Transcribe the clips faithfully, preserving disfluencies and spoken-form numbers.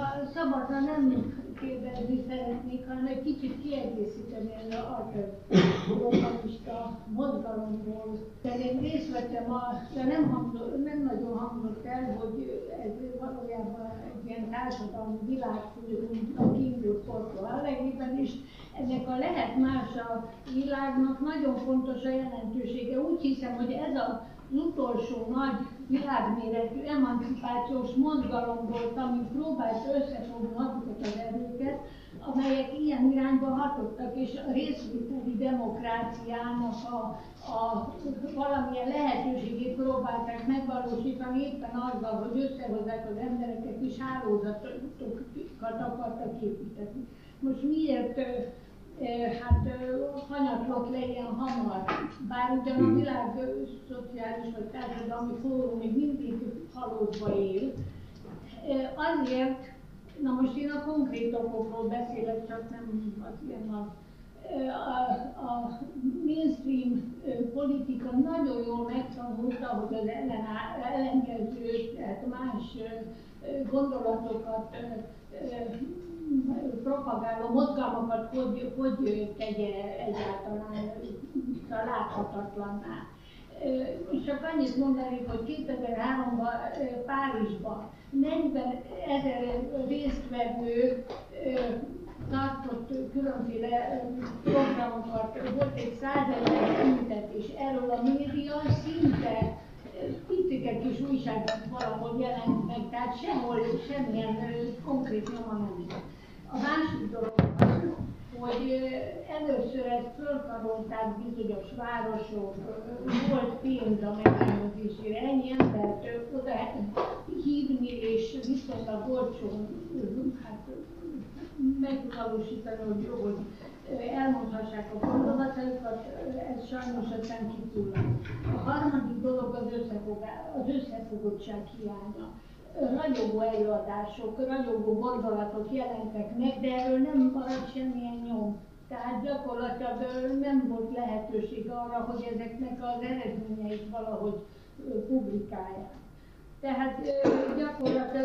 Ha szabadna, nem kérdezni szeretnék, hanem egy kicsit kiegészíteni ez a globalista mozgalomból. De én részt vettem, a, de nem, hangzott, nem nagyon hangzott el, hogy ez valójában egy ilyen társadalmi világfórum a kiindult Porto Alegre-ben is. Ennek a lehet más a világnak nagyon fontos a jelentősége. Úgy hiszem, hogy ez a az utolsó nagy világméretű emancipációs mozgalom volt, ami próbált összefogni azokat az erőket, amelyek ilyen irányba hatottak, és a részvételi demokráciának a, a valamilyen lehetőségét próbálták megvalósítani éppen azzal, hogy összehozzák az embereket és hálózatokat akartak építeni. Most miért hát hanyatlott le ilyen hamar, bár ugyan a világ szociális vagy társadalmi fórum még mindig halózva él. Azért, na most én a konkrét okokról beszélek, csak nem az ilyen a, a, a mainstream politika nagyon jól megtanulta, hogy az ellenkező, tehát más gondolatokat propagáló mozgalmakat hogy, hogy tegye egyáltalán láthatatlanná. És csak annyit mondanék, hogy kétezer-háromban Párizsban negyven ezer résztvevő tartott különféle programokat, volt egy százezer tüntetés, erről a média szinte picike kis újságban valahol jelent meg, tehát sehol semmilyen konkrét nyoma nem. A másik dolog az, hogy először ezt fölkarolták bizonyos városok, volt pénz a megrendezésére, ennyi embert oda hívni és viszonylag olcsón hát, megvalósítani, hogy, hogy elmondhassák a gondolataikat, ez sajnos aztán kifullad. A harmadik dolog az, az összefogottság hiánya. Ragyogó előadások, ragyogó gondolatok jelentek meg, de erről nem maradt semmilyen nyom. Tehát gyakorlatilag nem volt lehetőség arra, hogy ezeknek az eredményeit valahogy publikálják. Tehát gyakorlatilag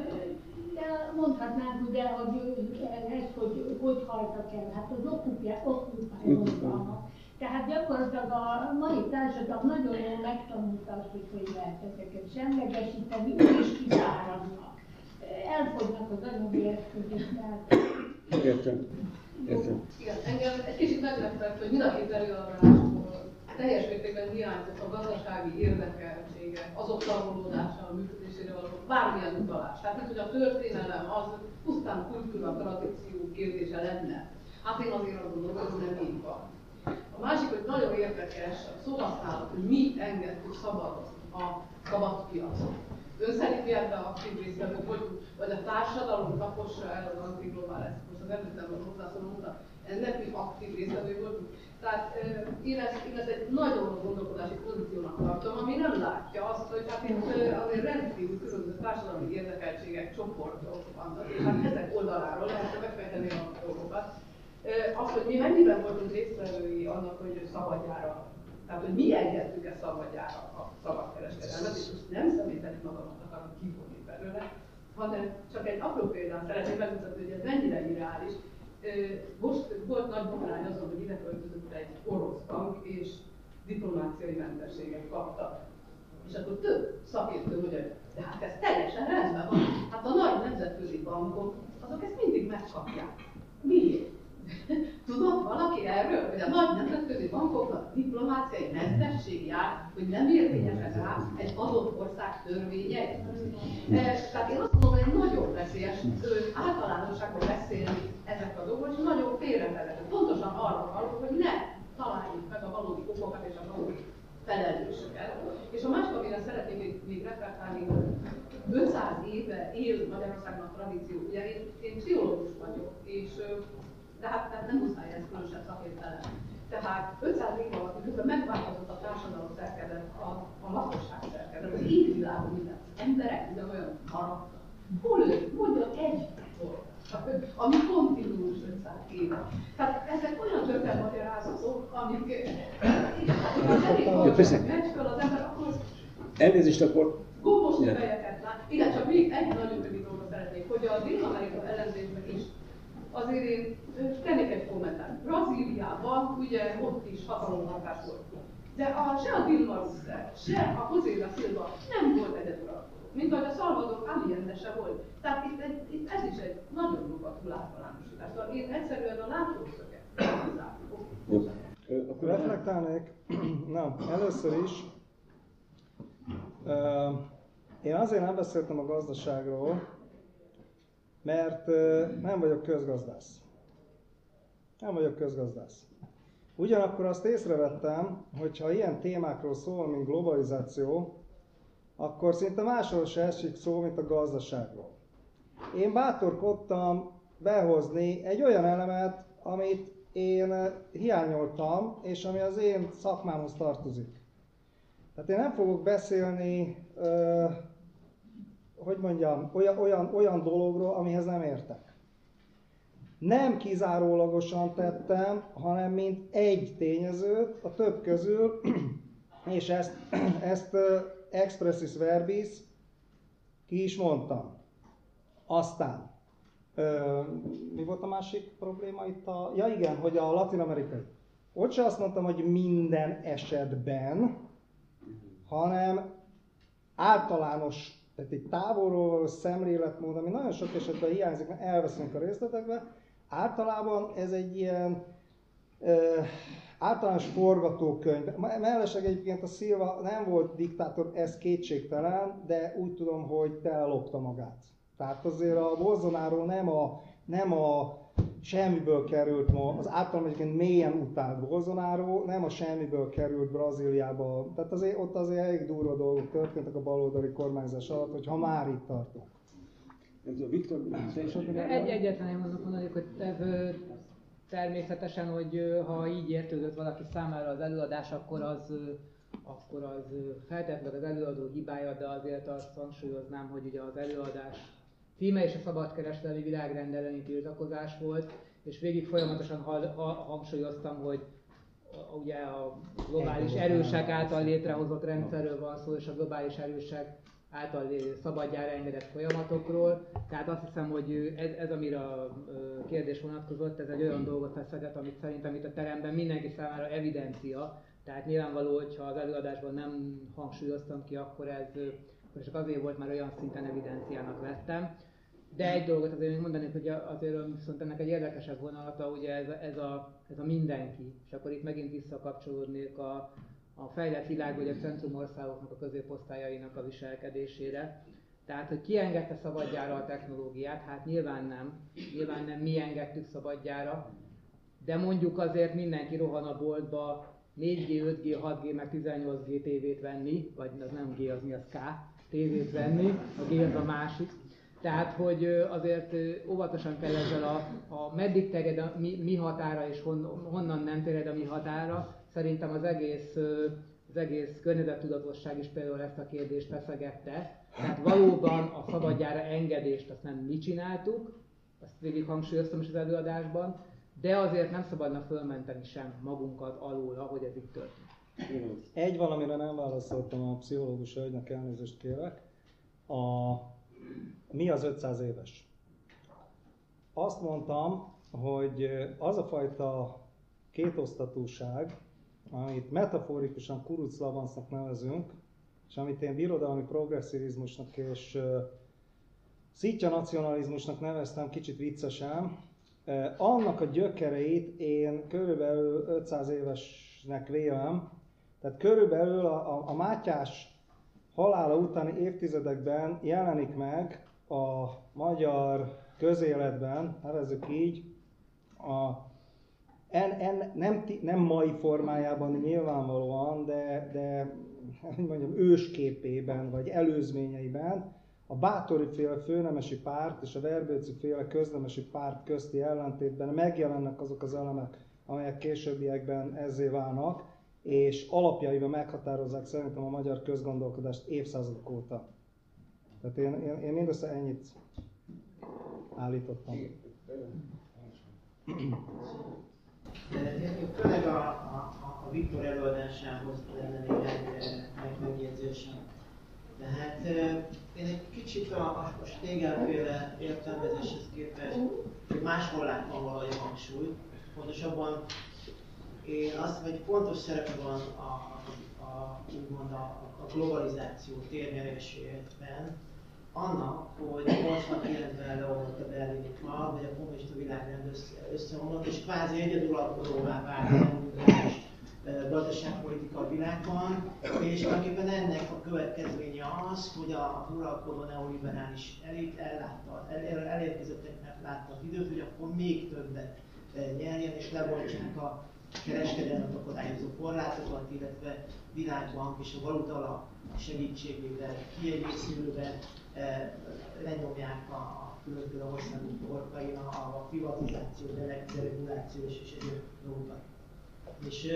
mondhatnánk ugye, hogy ezt, hogy hogy haltak el, hát az occupy mozgalmak. Tehát gyakorlatilag a mai társadalom nagyon jól megtanulta azt, hogy hogy lehet ezeket semlegesíteni, és kiszáradnak. Elfogynak az anyagi eszközök. Értem. Értem. Igen, engem egy kicsit meglepett, hogy mind a két előadásból teljes mértékben hiányzott a gazdasági érdekeltsége, az oktavolódása, a működésére való bármilyen utalás. Tehát, mint hogy a történelem az pusztán kultúra, tradíció kérdése lenne. Hát én azért azt gondolom, hogy ez nem így van. A másik, hogy nagyon érdekes a szóhasználat, hogy mi engedtük szabadon a szabadpiacot. Ön szerint mi ebben aktív résztvevők voltunk, vagy a társadalom tapossa el az antiglobális, most az említem a hozzászóló mondta, ennek mi aktív résztvevők voltunk. Tehát én ezt, én ezt egy nagyon rossz gondolkodási pozíciónak tartom, ami nem látja azt, hogy hát itt azért rendkívül különböző társadalmi érdekeltségek, csoportok vannak, és hát ezek oldaláról lehet megfejteni a dolgokat. Az, hogy mi mennyiben voltunk résztvevői annak, hogy szabadjára, tehát hogy mi engedtük-e szabadjára a szabadkereskedelmet, és most nem személyteni magamat akarom kivonni belőle, hanem csak egy apró példát szeretném megmutatni, hogy ez mennyire irreális. Most volt nagy botrány azon, hogy ide költözött egy orosz bank, és diplomáciai mentességet kaptak. És akkor több szakértő mondja, de hát ez teljesen rendben van. Hát a nagy nemzetközi bankok, azok ezt mindig megkapják. Miért? Tudod valaki erről, hogy a nagy nemzetközi bankoknak diplomáciai mentesség jár, hogy nem érvényesek rá egy adott ország törvényeit? Tehát én azt mondom, hogy nagyon veszélyes általánosságban beszélni ezek a dolgok, és nagyon félrevezető. Pontosan arra való, hogy ne találjuk meg a valódi okokat és a valódi felelősöket. És a másik, amire szeretném még, még reflektálni, ötszáz éve él Magyarországnak tradíció. Ugye én, én pszichológus vagyok, és de hát, hát nem muszáj ez különösebb szakértelem. Tehát ötszáz év alatt, miközben megváltozott a társadalom szerkezet, a, a lakosság szerkezet, az égvilágon minden, az emberek ugyanolyan maradtak. Hol ő? Mondjon egy dolgot, ami kontinúus ötszáz éve. Tehát ezek olyan történetmagyarázatok, amik az elég fontos, hogy megy fel az ember, akkor elnézést akkor... gombos fejeket lát. Igen, csak még egy nagyon rövid dolgot szeretnék, hogy hogy a Dél-Amerika ellenzésben is azért én tennék egy kommentárt. Brazíliában ugye ott is hatalomhatás volt. De a, se a Dilma Rousseff, se a José da Silva nem volt egyeduralkodó. Mint ahogy a Salvador Allende se volt. Tehát itt, egy, itt ez is egy nagyon nyugatú általánosítás. Szóval én egyszerűen a látószöget Akkor reflektálnék. Na, először is. Uh, én azért nem beszéltem a gazdaságról, mert uh, nem vagyok közgazdász. Nem vagyok közgazdász. Ugyanakkor azt észrevettem, hogy ha ilyen témákról szól, mint globalizáció, akkor szinte máshol se esik szó, mint a gazdaságról. Én bátorkodtam behozni egy olyan elemet, amit én hiányoltam, és ami az én szakmámhoz tartozik. Tehát én nem fogok beszélni, ö, hogy mondjam, olyan, olyan, olyan dologról, amihez nem értek. Nem kizárólagosan tettem, hanem mint egy tényezőt a több közül, és ezt, ezt expressis verbis ki is mondtam. Aztán, ö, mi volt a másik probléma itt? A, ja igen, hogy a latin-amerikai. Ott sem azt mondtam, hogy minden esetben, hanem általános, tehát egy távolról való szemléletmód, ami nagyon sok esetben hiányzik, mert elveszünk a részletekbe. Általában ez egy ilyen ö, általános forgatókönyv. Mellesleg egyébként a Silva nem volt diktátor, ez kétségtelen, de úgy tudom, hogy telelopta magát. Tehát azért a Bolsonaro nem a, nem a semmiből került, az általam egyébként mélyen utált Bolsonaro, nem a semmiből került Brazíliába. Tehát azért, ott azért elég durva dolgok történtek a baloldali kormányzás alatt, hogy ha már itt tartunk. Viktor, te is Egy, egyetlen én mondok mondani, hogy ez természetesen, hogy ha így értődött valaki számára az előadás, akkor az, akkor az feltétlenül az előadó hibája, de azért azt hangsúlyoznám, hogy ugye az előadás címe és a szabadkereskedelmi világrend elleni tiltakozás volt, és végig folyamatosan hangsúlyoztam, hogy ugye a globális erősek által létrehozott rendszerről van szó, és a globális erősek által szabadjára engedett folyamatokról. Tehát azt hiszem, hogy ez, ez amire a kérdés vonatkozott, ez egy olyan dolgot feszeget, amit szerintem itt a teremben mindenki számára evidencia. Tehát nyilvánvaló, hogyha az előadásban nem hangsúlyoztam ki, akkor ez akkor csak azért volt, mert olyan szinten evidenciának vettem. De egy dolgot azért még mondanék, hogy azért viszont ennek egy érdekesebb vonalata, ugye ez, ez, a, ez a mindenki, és akkor itt megint visszakapcsolódnék a, a fejlett világ vagy a centrumországoknak a középosztályainak a viselkedésére. Tehát, hogy ki engedte szabadjára a technológiát? Hát nyilván nem. Nyilván nem mi engedtük szabadjára, de mondjuk azért mindenki rohan a boltba négy G, öt G, hat G, meg tizennyolc G tévét venni, vagy az nem G, az mi, az K tévét venni, a G az a másik. Tehát, hogy azért óvatosan kell ezzel a, a meddig terjed a mi, mi határa és hon, honnan nem terjed a mi határa. Szerintem az egész, az egész környezettudatosság is például ezt a kérdést feszegette. Tehát valóban a szabadjára engedést azt nem mi csináltuk, azt végig hangsúlyoztam is az előadásban, de azért nem szabadna fölmenteni sem magunkat alól, ahogy ez itt történt. Egy valamire nem válaszoltam a pszichológus hölgynek, elnézést kérek. A, mi az ötszáz éves? Azt mondtam, hogy az a fajta kétosztatúság, amit metaforikusan kuruclavansznak nevezünk, és amit én birodalmi progresszivizmusnak és uh, szitja nacionalizmusnak neveztem kicsit viccesen, uh, annak a gyökereit én körülbelül ötszáz évesnek vélem. Tehát körülbelül a, a, a Mátyás halála utáni évtizedekben jelenik meg a magyar közéletben, nevezzük így, a En, en, nem, nem mai formájában nyilvánvalóan, de, de hogy mondjam, ősképében vagy előzményeiben a Báthori féle főnemesi párt és a Verbőci féle köznemesi párt közti ellentétben megjelennek azok az elemek, amelyek későbbiekben ezzé válnak, és alapjaiban meghatározzák szerintem a magyar közgondolkodást évszázadok óta. Tehát én, én, én mindössze ennyit állítottam. Főleg a, a, a Viktor előadásához lenne még egy megjegyzésem. Tehát Én egy kicsit a, a Stegel-féle értelmezéshez képest máshol láttam valahogy a hangsúlyt. Pontosabban én azt, hogy fontos szerepe van a, a, úgymond a, a globalizáció térnyerésében annak, hogy nyolcvankilencben leomlott a berlini fal, vagy a kommunista világrend össze, összeomlott, és kvázi egyeduralkodóvá vált a demokratikus gazdaságpolitika a világban, és tulajdonképpen ennek a következménye az, hogy a uralkodó neoliberális elit ellátta, el, elérkezetteknek látta az időt, hogy akkor még többet nyerjen, és lebontsák a kereskedelmet akadályozó korlátokat, illetve világbank és a valutalap segítségével kiegészülően lenyomják a különböző országok torkain a privatizáció, dereguláció és egyéb dolgokat. És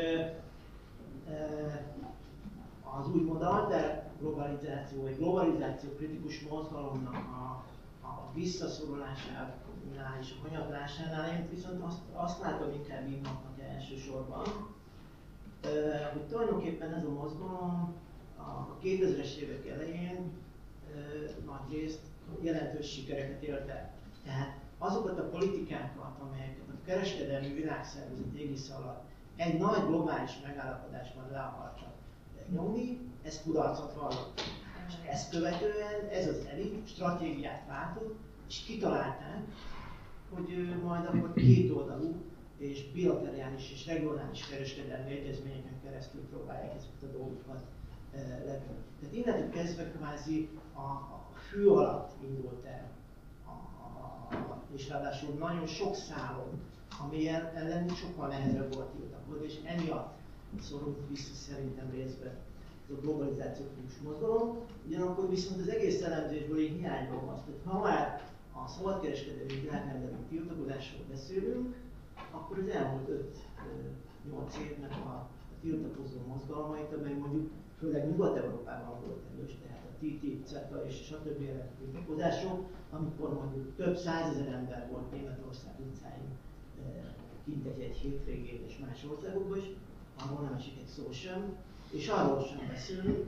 az úgymond alter globalizáció, vagy globalizáció kritikus mozgalomnak a, a visszaszorulásánál és a hanyatlásánál én viszont azt, azt látom inkább innatnak elsősorban, hogy tulajdonképpen ez a mozgalom a kétezres évek elején nagy részt jelentős sikereket ért el. Tehát azokat a politikákat, amelyeket a kereskedelmi világszervezet égisze alatt egy nagy globális megállapodásban le akar csak nyomni, ez kudarcot vallott. És ezt követően ez az elit stratégiát váltott, és kitalálták, hogy majd akkor kétoldalú és bilaterális és regionális kereskedelmi egyezményeken keresztül próbálják ezeket a dolgokat levenni. Tehát innentől kezdve kvázi a, a fű alatt indult el, a, a, a, és ráadásul nagyon sok szálon, ami ellen sokkal nehezebb volt tiltakozni, és emiatt szorult vissza szerintem részben ez a globalizáció kritikus mozgalom. Ugyanakkor viszont az egész elemzésből így hiányolom azt, hogy ha már a szabadkereskedelmi világrendben tiltakozásról beszélünk, akkor az elmúlt öt-nyolc évnek a, a tiltakozó mozgalmait, amely mondjuk főleg Nyugat-Európában volt erős, tehát a té té i pé, CETA és stb. Tiltakozások, amikor mondjuk több százezer ember volt Németország utcáin kint egy hétvégén és más országokban is, arról nem esik egy szó sem, és arról sem beszélünk,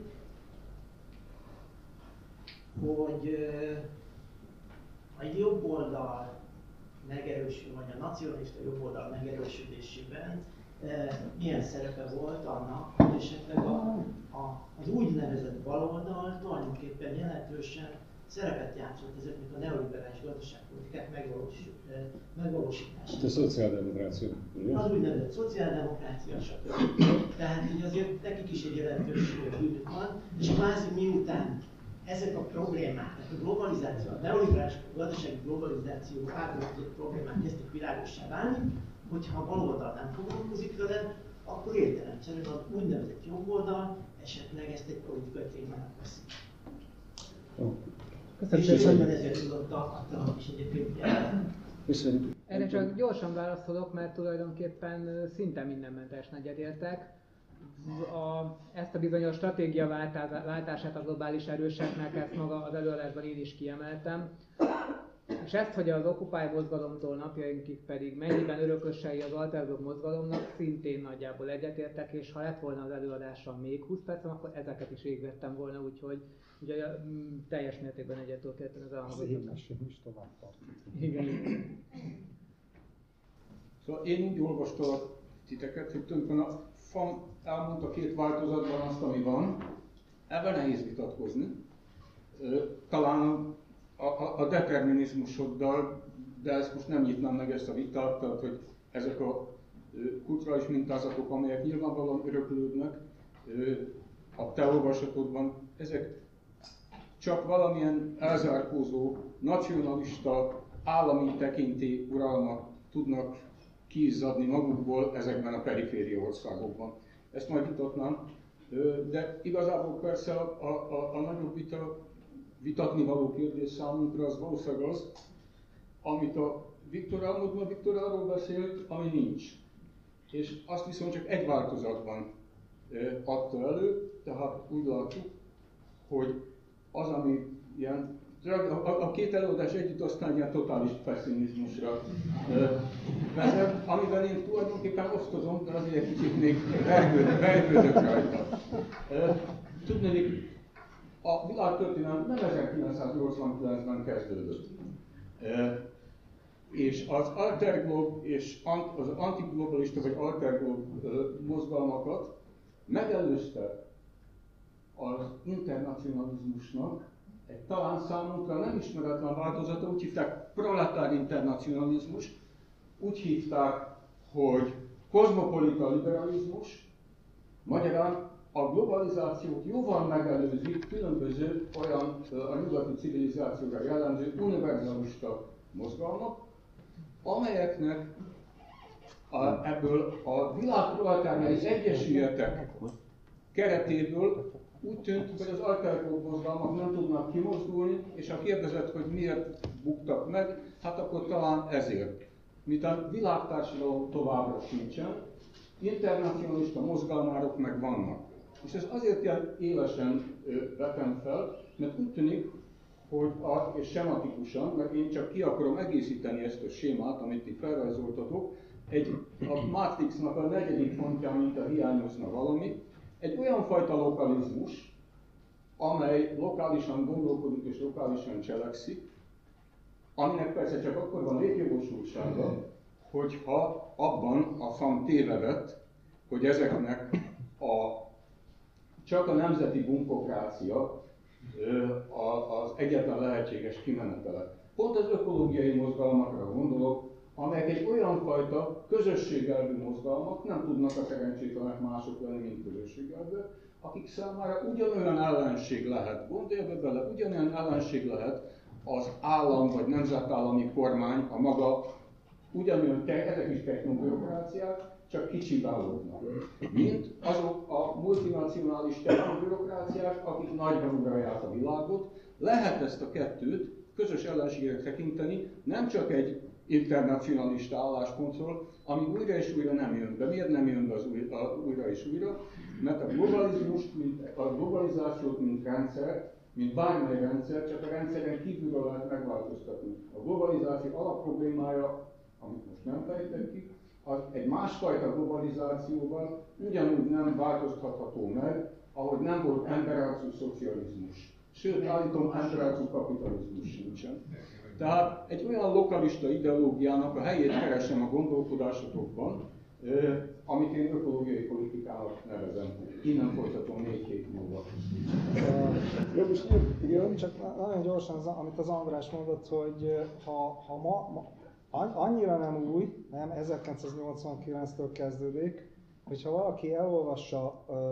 hogy a jobb oldal megerősül, vagy a nacionalista jobb oldal megerősödésében milyen szerepe volt annak, hogy esetleg a, a, az úgynevezett baloldal tulajdonképpen jelentősen szerepet játszott ezeknek a neoliberális gazdaságpolitikák megvalósításában. A szociáldemokrácia. Az úgynevezett szociáldemokrácia, stb. Tehát így azért nekik is egy jelentős bűnük van, és kvázi miután ezek a problémák, a globalizáció, a neoliberális gazdasági globalizáció átadott problémák kezdtek világossá válni, hogyha a baloldal nem foglalkozik vele, akkor értelemszerűen az úgynevezett jobboldal esetleg ezt egy politikai témának veszi. Köszönöm és szépen. ezért tudott a is egyébként jelen. Köszönjük. Erre csak gyorsan válaszolok, mert tulajdonképpen szinte mindenmentesen egyetértek. A, ezt a bizonyos stratégiaváltását a globális erőseknek, ezt maga az előadásban én is kiemeltem. És ezt, hogy az Occupy mozgalomtól napjainkig pedig mennyiben örökösei az Alternative mozgalomnak, szintén nagyjából egyetértek, és ha lett volna az előadásom még húsz percem, akkor ezeket is végvettem volna, úgyhogy ugye, teljes mértékben egyet tudok érteni az elhangzottaknak. is tovább tart. Igen. Szóval én úgy olvastalak titeket, hogy tulajdonképpen a FAM elmondta két változatban azt, ami van. Ebben nehéz vitatkozni. Talán a, a, a determinizmusoddal, de ezt most nem nyitnám meg ezt a vitát, tehát hogy ezek a kulturális mintázatok, amelyek nyilvánvalóan öröklődnek a te olvasatodban, ezek csak valamilyen elzárkózó, nacionalista, állami tekintély uralmat tudnak kiizzadni magukból ezekben a periféria országokban. Ezt majd vitatnám, de igazából persze a, a, a nagyobb vita, vitatni való kérdés számunkra az valószínűleg az, amit a Viktor elmondta, a Viktor arról beszélt, ami nincs. És azt viszont csak egy változatban adta elő, tehát úgy látjuk, hogy az, ami ilyen, a, a két előadás együtt aztán ilyen totális pessimizmusra vezet, amivel én tulajdonképpen osztozom, de azért egy kicsit még vergődök, vergődök rajta. Tudnék, a világtörténelem nem ezerkilencszáznyolcvankilencben kezdődött. És az alterglob és az antiglobalista vagy alterglob mozgalmakat megelőzte az internacionalizmusnak egy talán számunkra nem ismeretlen változata, úgy hívták proletár internacionalizmus, úgy hívták, hogy kozmopolita liberalizmus, magyarán a globalizációt jóval megelőzi különböző olyan a nyugati civilizációra jellemző univerzalista mozgalmak, amelyeknek a, ebből a világproletárjai egyesületek keretéből úgy tűnt, hogy az alterglob mozgalmak nem tudnak kimozdulni, és ha kérdezett, hogy miért buktak meg, hát akkor talán ezért. Mint a világtársadalom továbbra sincsen, internacionalista mozgalmárok meg vannak. És ez azért ilyen élesen vetem fel, mert úgy tűnik, hogy a, és sematikusan, mert én csak ki akarom egészíteni ezt a sémát, amit itt felrajzoltatok, egy, a Matrixnak a negyedik pontján, mint a hiányozna valami, egy olyan fajta lokalizmus, amely lokálisan gondolkodik és lokálisan cselekszik, aminek persze csak akkor van létjogosultsága, hogyha abban a fam tévedett, hogy ezeknek a, csak a nemzeti bunkokrácia az egyetlen lehetséges kimenetele. Pont az ökológiai mozgalmakra gondolok, amelyek egy olyan fajta közösségelvű mozgalmak, nem tudnak a szerencsétlenek mások lenni, mint közösségelvű, akik számára ugyanolyan ellenség lehet, gondolja bele, ugyanolyan ellenség lehet az állam vagy nemzetállami kormány, a maga ugyanolyan, ezek is technobürokráciák, csak kicsiválódnak. Mint azok a multinacionális technobürokráciák, akik nagyban uralják a világot. Lehet ezt a kettőt közös ellenségre tekinteni, nem csak egy internacionalista álláspontról, ami újra és újra nem jön be. Miért nem jön be az új, a, újra és újra? Mert a globalizmust, mint, a globalizációt, mint rendszer, mint bármely rendszer, csak a rendszeren kívülről lehet megváltoztatni. A globalizáció alapproblémája, amit most nem fejtek ki, az egy másfajta globalizációban ugyanúgy nem változtatható meg, ahogy nem volt emberarcú szocializmus. Sőt, állítom, emberarcú kapitalizmus sincsen. Tehát egy olyan lokalista ideológiának a helyét keresem a gondolkodásotokban, amit én ökológiai politikának nevezem. Innen folytatom négy hét múlva. Jó, most igen, csak nagyon gyorsan, amit az András mondott, hogy ha, ha ma, ma annyira nem új, nem, ezerkilencszáznyolcvankilenctől kezdődik, hogyha valaki elolvassa, uh,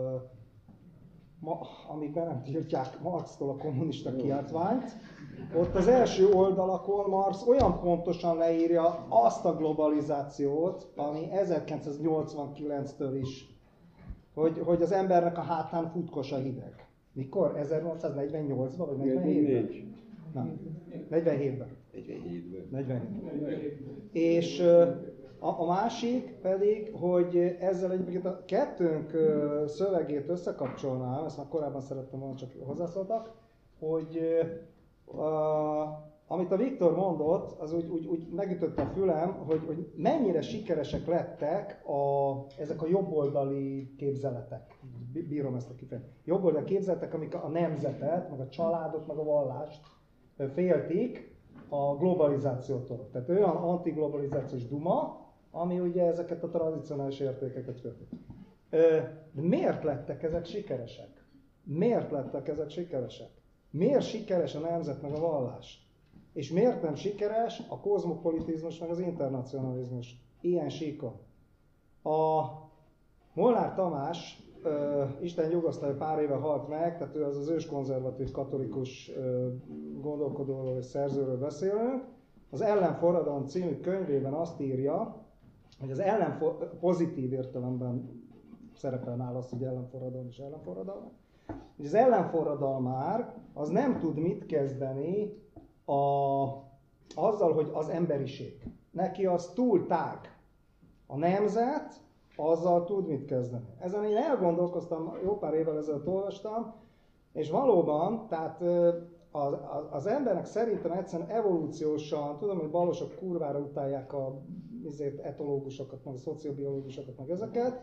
ma, amíg be nem tiltják Marxtól a kommunista kiáltványt, ott az első oldalakon Marx olyan pontosan leírja azt a globalizációt, ami ezerkilencszáznyolcvankilenctől is, hogy, hogy az embernek a hátán futkos a hideg. Mikor? ezernyolcszáznegyvennyolcban vagy negyvenhétben? Nem, negyvenhétben. negyvenhétben. negyvenhétben. És a, a másik pedig, hogy ezzel egyébként a kettőnk szövegét összekapcsolnám, ezt már korábban szerettem volna, csak hozzászóltak, hogy uh, amit a Viktor mondott, az úgy, úgy, úgy megütötte a fülem, hogy, hogy mennyire sikeresek lettek a, ezek a jobboldali képzeletek. Bírom ezt a kifejezést. Jobboldali képzeletek, amik a nemzetet, meg a családot, meg a vallást féltik a globalizációtól. Tehát olyan antiglobalizációs duma, ami ugye ezeket a tradicionális értékeket féltik. De miért lettek ezek sikeresek? Miért lettek ezek sikeresek? Miért sikeres a nemzet meg a vallás? És miért nem sikeres a kozmopolitizmus meg az internacionalizmus ilyen síkon? A Molnár Tamás, uh, Isten nyugosztalja, pár éve halt meg, tehát ő az az őskonzervatív katolikus uh, gondolkodóról és szerzőről beszélünk. Az Ellenforradalom című könyvében azt írja, hogy az ellenfor- pozitív értelemben szerepel nála az, hogy ellenforradalom és ellenforradalom, hogy az ellenforradalmár az nem tud mit kezdeni a, azzal, hogy az emberiség. Neki az túl tág. A nemzet azzal tud mit kezdeni. Ezen én elgondolkoztam, jó pár évvel ezelőtt olvastam, és valóban, tehát az, az, az embernek szerintem egyszerűen evolúciósan, tudom, hogy balosok kurvára utálják a ezért etológusokat, meg a szociobiológusokat, meg ezeket,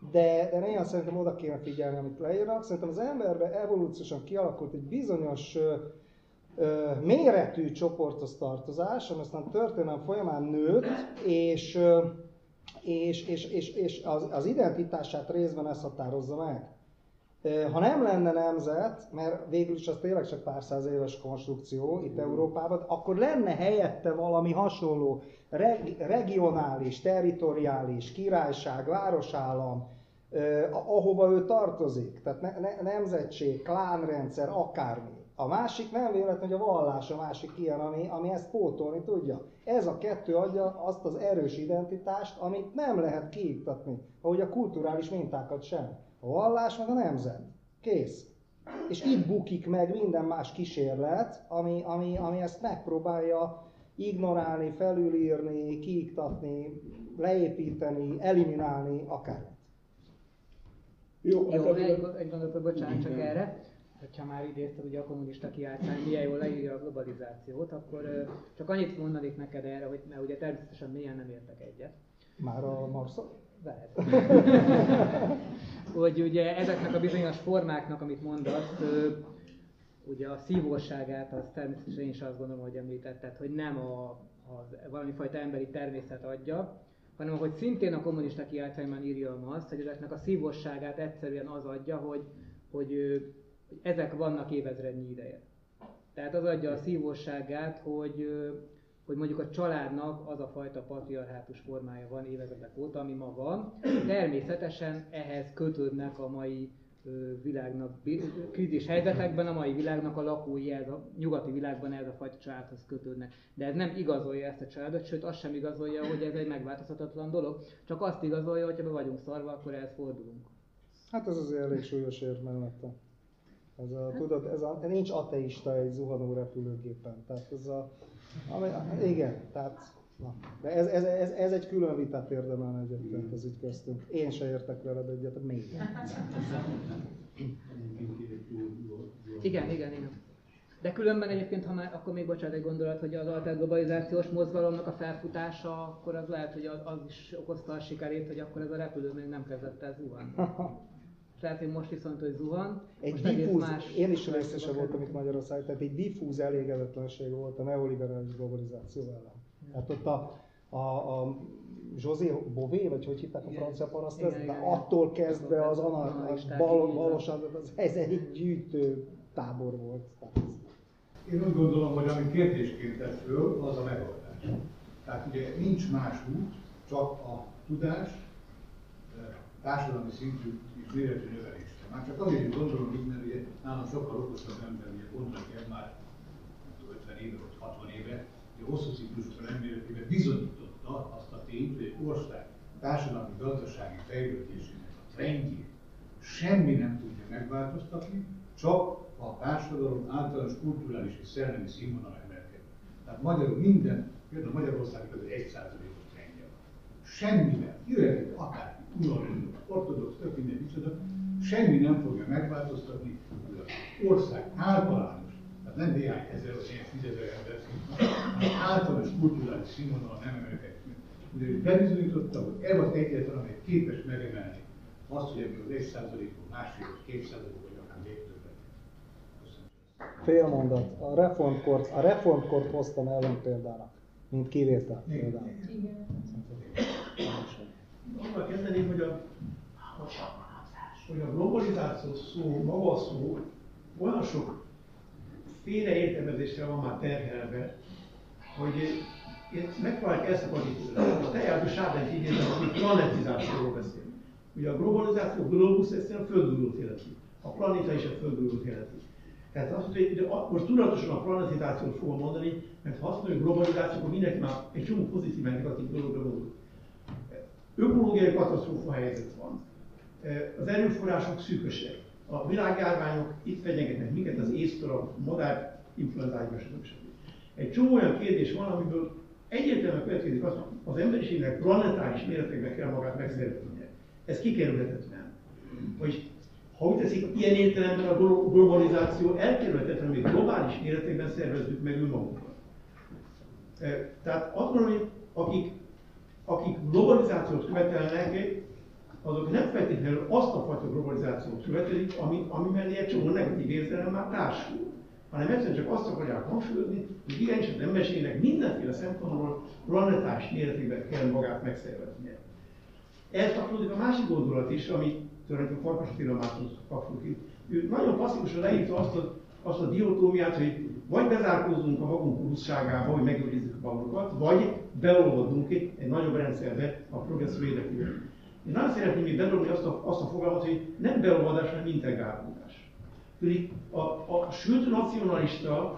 de, de néha szerintem oda kéne figyelni, amit leírnak. Szerintem az emberben evolúciósan kialakult egy bizonyos ö, ö, méretű csoporthoz tartozás, ami aztán történelem folyamán nőtt, és, ö, és, és, és, és az, az identitását részben ez határozza meg. Ha nem lenne nemzet, mert végül is az tényleg csak pár száz éves konstrukció itt Európában, akkor lenne helyette valami hasonló reg- regionális, territoriális, királyság, városállam, eh, ahova ő tartozik. Tehát ne- ne- nemzetség, klánrendszer, akármi. A másik nem véletlen, hogy a vallás a másik ilyen, ami, ami ezt pótolni tudja. Ez a kettő adja azt az erős identitást, amit nem lehet kiiktatni, ahogy a kulturális mintákat sem. A vallás meg a nemzet. Kész. És itt bukik meg minden más kísérlet, ami, ami, ami ezt megpróbálja ignorálni, felülírni, kiiktatni, leépíteni, eliminálni, akármit. Jó, Jó egy, egy gondolatot, bocsánat csak erre. Ha már idézted ugye a kommunista kiáltvány, milyen jól leírja a globalizációt, akkor csak annyit mondanék neked erre, hogy mert ugye természetesen mélyen nem értek egyet. Már a Marszon? Lehet. Hogy ugye ezeknek a bizonyos formáknak, amit mondasz, ugye a szívóságát, az természetesen én is azt gondolom, hogy említetted, hogy nem a, a valamifajta emberi természet adja, hanem hogy szintén a kommunista kiáltványban írja azt, hogy ezeknek a szívóságát egyszerűen az adja, hogy, hogy, hogy ezek vannak évezrednyi ideje. Tehát az adja a szívóságát, hogy hogy mondjuk a családnak az a fajta patriarhátus formája van évezredek óta, ami ma van. Természetesen ehhez kötődnek a mai világnak, krízis helyzetekben a mai világnak a lakói, ez a nyugati világban ez a fajta családhoz kötődnek. De ez nem igazolja ezt a családot, sőt azt sem igazolja, hogy ez egy megváltozhatatlan dolog, csak azt igazolja, hogy ha be vagyunk szarva, akkor ehhez fordulunk. Hát ez azért elég súlyos ér mellette. Ez a, tudod, ez a, nincs ateista egy zuhanó repülőgépen. Tehát ez a, ami, igen, tehát, na. De ez, ez, ez, ez egy külön vitát érdemelne egyébként az ügy köztünk. Én se értek veled egyet, mélyen. Igen, igen, igen. De különben egyébként, ha már, akkor még bocsánat egy gondolat, hogy az alternatív globalizációs mozgalomnak a felfutása, akkor az lehet, hogy az, az is okozta a sikerét, hogy akkor ez a repülő még nem kezdett el zuhanni. Tehát én most viszont, hogy zuhan. Egy diffúz, én is részese voltam itt Magyarországon, tehát egy diffúz elégedetlenség volt a neoliberális globalizáció ellen. Tehát ott a, a, a José Bové, vagy hogy hívták a francia paraszt, de attól kezdve az valósan ez egy gyűjtő tábor volt. Én úgy gondolom, hogy ami kérdésként tett föl, az a megoldás. Tehát ugye nincs más út, csak a tudás, társadalmi szintű és méretű növelésre. Már csak azért is gondolom így, mert ugye nálam sokkal okosabb ember, ugye Gondrak már ötven éve vagy hatvan éve, ugye hosszú ciklusban elméletében bizonyította azt a tényt, hogy egy ország társadalmi gazdasági fejlődésének a trendjét semmi nem tudja megváltoztatni, csak a társadalom általános kulturális és szellemi színvonal emelkedik. Tehát magyarul minden, például Magyarországnak az egy százalékos trendje van. Semmivel, jöhetik akár unalomnak, ortodox, tök minden micsoda, semmi nem fogja megváltoztatni, hogy az ország általános, tehát nem néhány ezer vagy ilyen tízezer ember színvonal, hanem általános kulturális színvonal nem emelkedik. Ugye bebizonyította, hogy ez az egyetlen, amely képes megemelni azt, hogy ebből az egy százalékból másfél vagy két százalékból vagy akár még többet. Köszönöm. Fél mondat. A reformkort, a reformkort hoztam ellenpéldának, mint kivétel például. Igen. Azzal kezdeném, hogy a, hogy a globalizáció szó, maga a szó olyan sok félreértelmezésre van már terhelve, hogy én megpróbálok elszakadni tőle. A teljától Sárdent idézem, hogy planetizációról beszél. Ugye a globalizáció, globus egyszerűen a földgurult életi. A planéta is a földgurult életi. Tehát azt mondja, hogy most tudatosan a planetizációt fogom mondani, mert ha azt mondjuk globalizáció, akkor mindenki már egy csomó pozitív, meg negatív dologra gondol. Ökológiai katasztrófa helyzet van. Az erőforrások szűkösek. A világjárványok itt fenyegetnek minket, az észtől a modern influenzáig, stb. Egy csomó olyan kérdés van, amiből egyértelműen következik az, hogy az emberiségnek planetáris méretekben kell magát megszerveznie. Ez kikerülhetetlen. Hogy ha úgy teszik, ilyen értelemben a globalizáció elkerülhetetlen, hogy globális méretekben szervezzük meg önmagunkat. Tehát azt mondom, hogy akik, akik globalizációt követelnek, azok nem feltétlenül azt a fajta globalizációt követelik, ami, ami mellé egy csomó negatív érzelem már társul, hanem egyszerűen csak azt akarják hangsúlyozni, hogy igenis az emberségnek mindenféle szempontból planetáris méretében kell magát megszerveznie. Ez kapcsolódik a másik gondolat is, ami tulajdonképpen Farkas Attila Mártonhoz kapcsolódik. Ő nagyon klasszikusan leírta azt a, azt a diotómiát, hogy vagy bezárkózunk a magunk kuruszságába, hogy megőrizzük a magunkat, vagy beolvadunk egy, egy nagyobb rendszerbe a progresszív érdekében. Én nagyon szeretném még bedobni azt a, azt a fogalmat, hogy nem beolvadás, hanem integrálódás. Pedig a, a sült nacionalista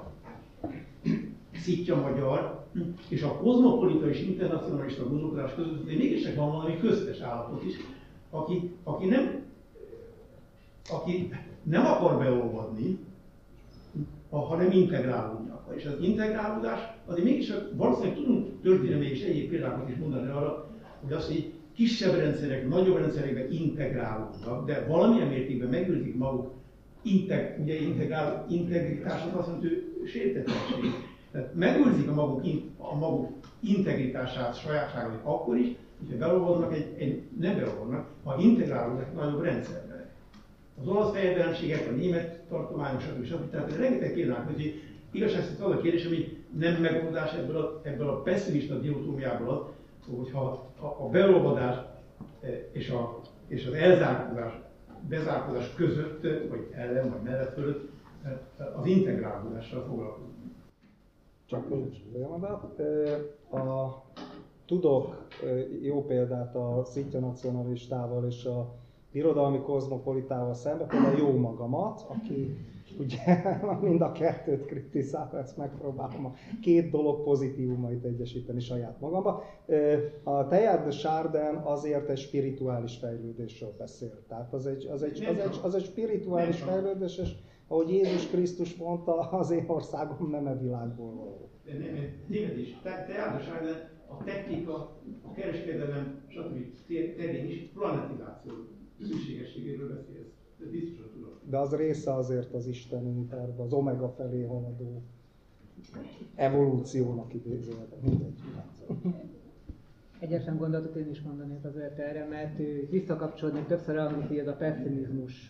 szitja magyar és a kozmopolita és internacionalista gondolkodás között de mégis van valami köztes állapot is, aki, aki, nem, aki nem akar beolvadni, hanem integrálódni akar. És az integrálódás azért mégis valószínűleg tudunk történelmi és egyéb példákat is mondani arra, hogy azt, hogy kisebb rendszerek, nagyobb rendszerekben integrálódnak, de valamilyen mértékben megőrzik maguk integ, ugye integrál, integritását, azt jelenti, hogy sértetlenség. Tehát megőrzik a maguk, a maguk integritását, sajátságait akkor is, hogyha beolvadnak egy, egy nem beolvadnak, ha integrálódnak egy nagyobb rendszerben. Az olasz fejedelemségek, a német tartományos, stb. Tehát rengeteg példánk, hogy igazság szerint az a kérdés, ami nem megoldás ebből a, ebből a pessimista diotómiából, hogyha a, a beolvadás és, a, és az elzárkózás, bezárkózás között, vagy ellen, vagy mellett fölött az integrálódással foglalkozunk. Csak nincs folyamat. A tudok jó példát a szitja nacionalistával és a irodalmi kozmopolitával szemben, például jó magamat, aki ugye mind a kettőt kritizálva, ezt megpróbálom a két dolog pozitívumait egyesíteni saját magamba. A Teilhard de Chardin azért egy spirituális fejlődésről beszél. Tehát az egy, az egy, az egy, az egy spirituális fejlődés, és ahogy Jézus Krisztus mondta, az én országom nem e világból való. Tényleg is. Teilhard de Chardin a technika, a kereskedelem, stb. Terén is planetizáció szükségességéről beszél. Ez biztosan tudom. De az része azért az isteni terve, az omega felé haladó evolúciónak idézőleg. Mindegy. Egyetlen gondolatot én is mondanék azért erre, mert visszakapcsolódnék többször elhangzik, hogy ez a pessimizmus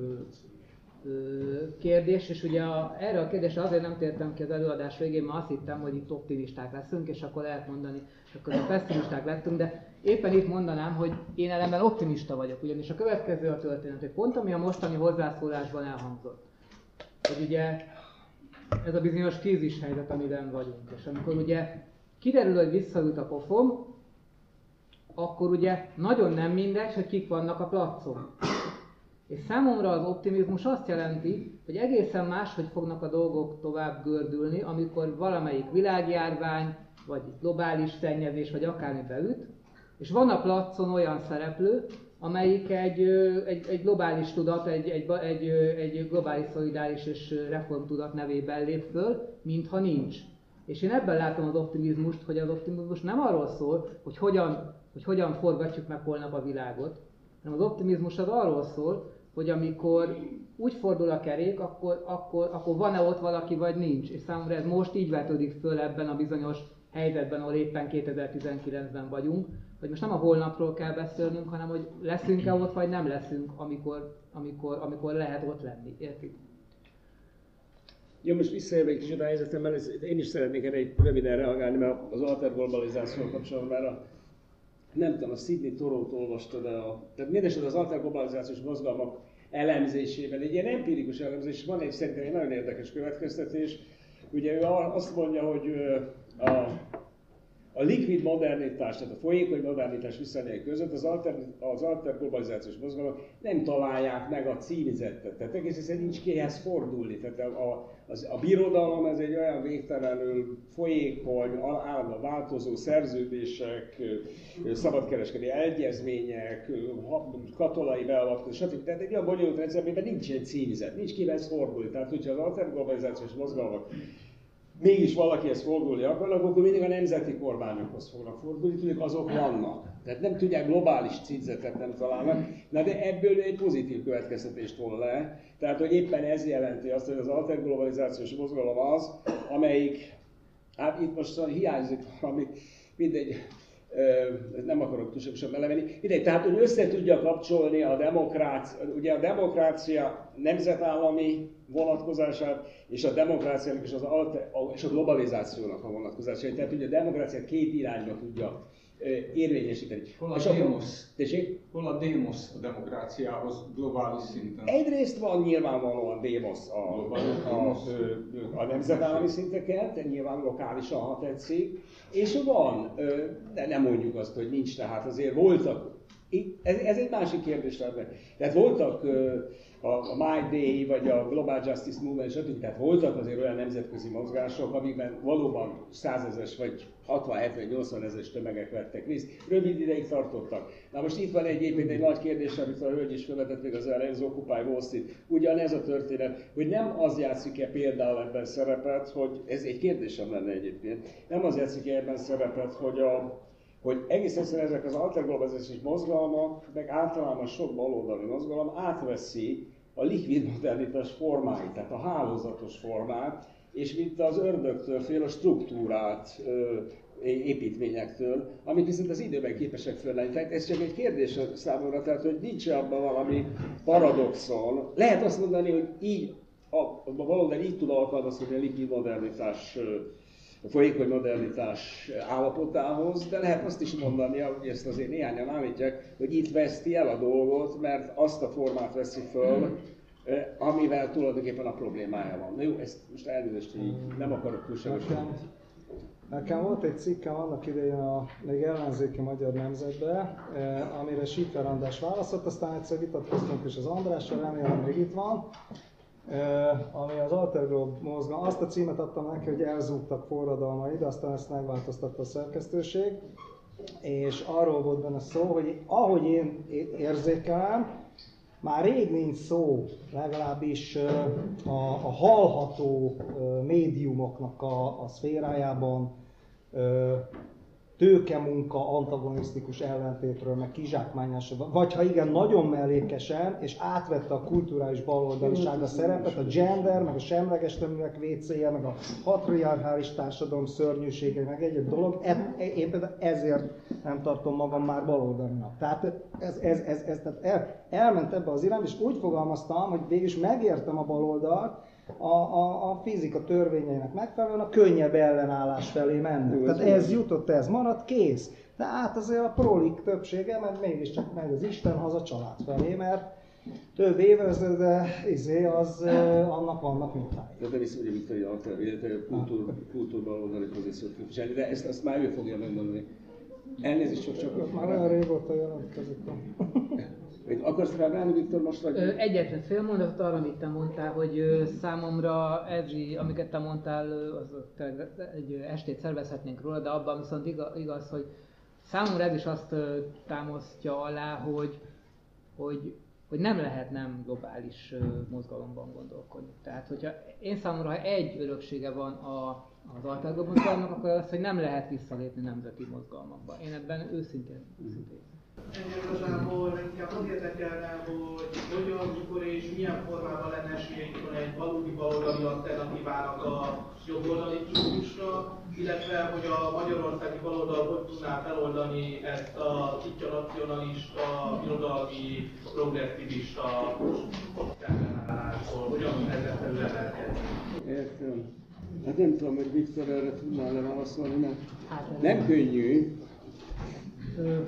kérdés, és ugye a, erre a kérdésre azért nem tértem ki az előadás végén, mert azt hittem, hogy itt optimisták leszünk, és akkor lehet mondani, akkor a pessimisták lettünk, de éppen itt mondanám, hogy én ellenben optimista vagyok, ugyanis a következő a történet, hogy pont ami a mostani hozzászólásban elhangzott, hogy ugye ez a bizonyos krízishelyzet, amiben vagyunk, és amikor ugye kiderül, hogy visszaült a pofon, akkor ugye nagyon nem mindegy, hogy kik vannak a placon. És számomra az optimizmus azt jelenti, hogy egészen máshogy fognak a dolgok tovább gördülni, amikor valamelyik világjárvány, vagy globális szennyezés, vagy akármi beüt, és van a placon olyan szereplő, amelyik egy, egy, egy globális tudat, egy, egy, egy, egy globális szolidáris és reformtudat nevében lép föl, mintha nincs. És én ebben látom az optimizmust, hogy az optimizmus nem arról szól, hogy hogyan, hogy hogyan forgatjuk meg holnap a világot, hanem az optimizmus az arról szól, hogy amikor úgy fordul a kerék, akkor, akkor, akkor van-e ott valaki, vagy nincs. És számomra ez most így vetődik föl ebben a bizonyos helyzetben, ahol éppen kétezer-tizenkilencben vagyunk, hogy most nem a holnapról kell beszélnünk, hanem hogy leszünk-e ott, vagy nem leszünk, amikor, amikor, amikor lehet ott lenni. Értik? Ja, most visszaérve egy kicsit a helyzetemben, én is szeretnék erre egy röviden reagálni, mert az alterglobalizációval kapcsolatban már a, nem tudom, a Sydney Torót olvastad, a, tehát mindesetre az alterglobalizációs mozgalmak elemzésében egy ilyen empirikus elemzés, van egy szerintem egy nagyon érdekes következtetés. Ugye ő azt mondja, hogy a, a likvid modernitás, tehát a folyékony modernitás viszonyai között az, alter, az alterglobalizációs mozgalmak nem találják meg a címzettet, tehát egész egyszerűen nincs kihez fordulni. Tehát a, a, az, a birodalom ez egy olyan végtelenül folyékony, állandóan változó szerződések, szabadkereskedelmi egyezmények, katonai beavatkozás, stb. Tehát egy olyan bonyolult rendszer, amiben nincs egy címzet, nincs kihez fordulni. Tehát hogyha az alterglobalizációs mozgalmak mégis valakihez fordulni akarnak, akkor mindig a nemzeti kormányokhoz fognak fordulni, tudjuk, azok vannak. Tehát nem tudják, globális címzetet nem találnak, na de ebből egy pozitív következtetést von le. Tehát, hogy éppen ez jelenti azt, hogy az alterglobalizációs mozgalom az, amelyik, hát itt most hiányzik valami, mindegy, nem akarok túlságosan belemenni. Mindegy, tehát hogy össze tudja kapcsolni a demokrácia, ugye a demokrácia nemzetállami vonatkozását, és a demokráciának és, az alter, és a globalizációnak a vonatkozását. Tehát ugye a demokráciát két irányba tudja érvényesíteni. Hol a és démosz? Tessék? Hol a démosz a demokráciához globális szinten? Egyrészt van nyilvánvalóan démosz a, a, a, a nemzetállami szinteken, de nyilván lokálisan, ha tetszik, és van, de nem mondjuk azt, hogy nincs, tehát azért voltak, ez, ez egy másik kérdés lenne. Tehát voltak a, a My Day, vagy a Global Justice Movement, stb. Tehát voltak azért olyan nemzetközi mozgások, amikben valóban százezres vagy hatvan, hetven, nyolcvan ezres tömegek vettek részt, rövid ideig tartottak. Na most itt van egyébként egy nagy kérdés, amit a hölgy is felvetett még az az Occupy Wall Street. Ugyanez a történet, hogy nem az játszik-e például ebben szerepet, hogy ez egy kérdésem lenne egyébként, nem az játszik-e ebben szerepet, hogy a hogy egész egyszerűen ezek az alterglobalizációs mozgalmak, meg általában sok baloldali mozgalom átveszi a likvid modernitás formáit, tehát a hálózatos formát, és mint az ördögtől fél a struktúrát ö, építményektől, amit viszont az időben képesek föllenni. Tehát ez csak egy kérdés számomra, tehát hogy nincs abban valami paradoxon. Lehet azt mondani, hogy így a, a baloldal így tud alkalmazkodni a likvid modernitás a folyékony modernitás állapotához, de lehet azt is mondani, hogy ezt azért néhányan állítják, hogy itt veszti el a dolgot, mert azt a formát veszi föl, amivel tulajdonképpen a problémája van. Na jó, ezt most elnézést, hogy nem akarok túlságosan. Nekem, nekem volt egy cikkem annak idején a még ellenzéki Magyar Nemzetben, amire Schiffer András válaszolt, aztán egyszer vitatkoztunk is az Andrással, remélem még itt van, ami az Alterglob mozgalom. Azt a címet adtam neki, hogy elzúgtak forradalmai, de aztán ezt megváltoztatta a szerkesztőség. És arról volt benne szó, hogy ahogy én érzékelem, már rég nincs szó, legalábbis a, a hallható médiumoknak a, a szférájában tőkemunka antagonisztikus ellentétről, meg kizsákmányásról, vagy ha igen, nagyon mellékesen, és átvette a kulturális baloldaliság a szerepet, a gender, meg a semleges neműek vécéje, meg a patriarchális társadalom szörnyűsége, meg egy-egy dolog, én például ezért nem tartom magam már baloldalinak. Tehát ez, ez, ez, ez tehát el, elment ebbe az irányba, és úgy fogalmaztam, hogy végülis megértem a baloldalt, A, a, a fizika törvényeinek megfelelően a könnyebb ellenállás felé mennek. Tehát ez jutott, ez maradt, kész. De hát azért a prolik többsége, mert mégiscsak megy az Isten haza család felé, mert több évezrede izé, az annak vannak mintája. De viszont ugye Viktor, hogy kultúr, kultúrbaloldali pozíciót képviselni, de ezt azt már ő fogja megmondani. Elnézést, csak csak... Már olyan régóta jelentkezik. Akarsz reagálni, Viktor, most vagy? Ö, egyetlen fél mondatot arra, amit te mondtál, hogy ö, számomra Erzsi, amiket te mondtál, az egy estét szervezhetnénk róla, de abban viszont igaz, igaz hogy számomra ez is azt ö, támasztja alá, hogy, hogy, hogy nem lehet nem globális ö, mozgalomban gondolkodni. Tehát, hogyha én számomra, ha egy öröksége van a, az alterglob mozgalomnak, akkor az, hogy nem lehet visszalépni nemzeti mozgalmakba. Én ebben őszintén őszintén. Engem igazából inkább az érdekelne, hogy hogyan, mikor és milyen formában lenne esélyünk egy valódi baloldali alternatívának a jobboldali csúcsra, illetve hogy a magyarországi baloldal hogy tudná feloldani ezt a szitja-nacionalista, irodalmi, progresszivista ellenállásból, hogyan ezzel felülemelkedni. Értem. Hát nem tudom, hogy Viktor erre tudnál leválaszolni, mert hát, nem könnyű. Ö,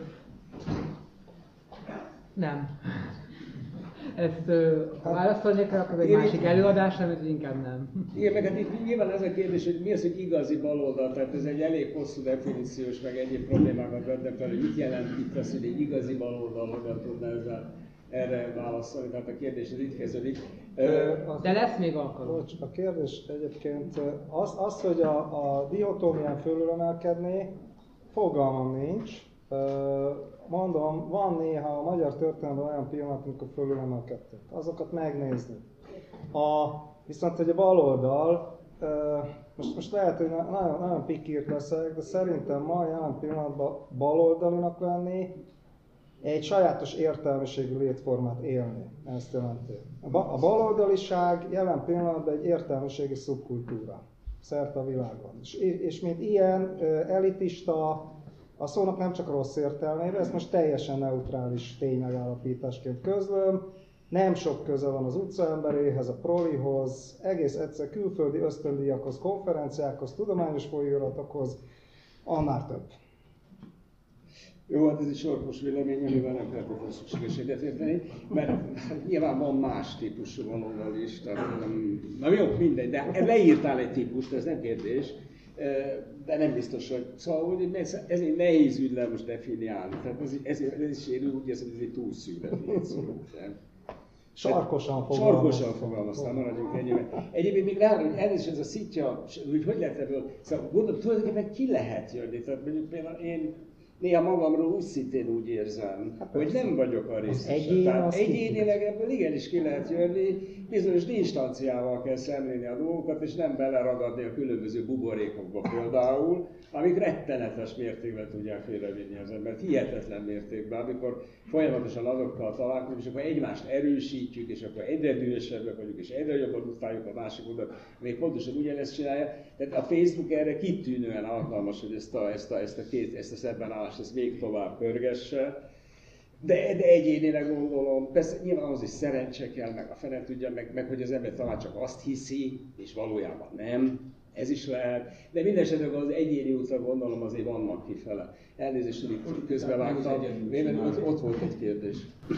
Nem. Ezt uh, ha válaszolnék rá, akkor egy Én másik előadás, amit inkább nem. Igen, meg hát itt nyilván ez a kérdés, hogy mi az, hogy igazi baloldal, tehát ez egy elég hosszú definíciós, meg egyéb problémákat vettem fel, hogy mit jelent itt az, hogy egy igazi baloldal, hogyan tudna ezzel erre válaszolni, tehát a kérdés az itt kezdődik. De lesz még alkalom. Bocs, a kérdés egyébként az, az hogy a, a dihotómián fölülemelkedni, fogalmam nincs. Mondom, van néha a magyar történelemben olyan pillanat, amikor fölülemelkedtünk. Azokat megnézni. A, viszont, hogy a baloldal, most, most lehet, hogy nagyon, nagyon pikírt leszek, de szerintem ma jelen pillanatban baloldalinak lenni, egy sajátos értelmiségű létformát élni. Ezt jelenti. A, ba, a baloldaliság jelen pillanatban egy értelmiségi szubkultúra szerte a világon. És, és mint ilyen elitista, A szónak nem csak rossz értelmében, ezt most teljesen neutrális ténymegállapításként közlöm. Nem sok köze van az utcaemberéhez, a prolihoz, egész egyszer külföldi ösztöndíjakhoz, konferenciákhoz, tudományos folyóiratokhoz, annál több. Jó, hát ez egy sarkos vélemény, amivel nem feltétlenül szükséges egyetérteni, mert nyilván van más típusú valóban is, tehát nem, na jó, mindegy, de leírtál egy típust, ez nem kérdés, de nem biztos, hogy, szóval hogy ez egy nehéz ügy le most definiálni, tehát ez, ez, ez is én úgy érzem, hogy ez egy túl szűk definíció. Sarkosan fogalmaztam. Sarkosan fogalmaztam, maradjunk ennyiben. Egyébként még rá, hogy elnézést ez a szitja, hogy hogy lehet ebből, szóval gondolom, tulajdonképpen ki lehet jönni, tehát mondjuk például én néha magamról úgy szintén úgy érzem, hát hogy nem vagyok a részese. Tehát egyénileg ebből igenis ki lehet jönni, bizonyos distanciával kell szemlélni a dolgokat, és nem beleragadni a különböző buborékokba például, amik rettenetes mértékben tudják félrevinni az embert, hihetetlen mértékben, amikor folyamatosan azokkal találkozunk, és akkor egymást erősítjük, és akkor egyre dühösebbek vagyunk, és egyre jobban utáljuk a másikat, még pontosan ugyanezt csinálja. Tehát a Facebook erre kitűnően alkalmas, hogy ezt a, ezt a, ezt a, két, ezt a szembenállást ezt még tovább pörgesse. De, de egyénileg gondolom, persze nyilván az is szerencse kell, meg a fene tudja, meg, meg hogy az ember talán csak azt hiszi, és valójában nem. Ez is lehet, de minden esetben az egyéni útra gondolom azért vannak kifele. Elnézést, hogy közbevágtam, ott, ott volt egy kérdés.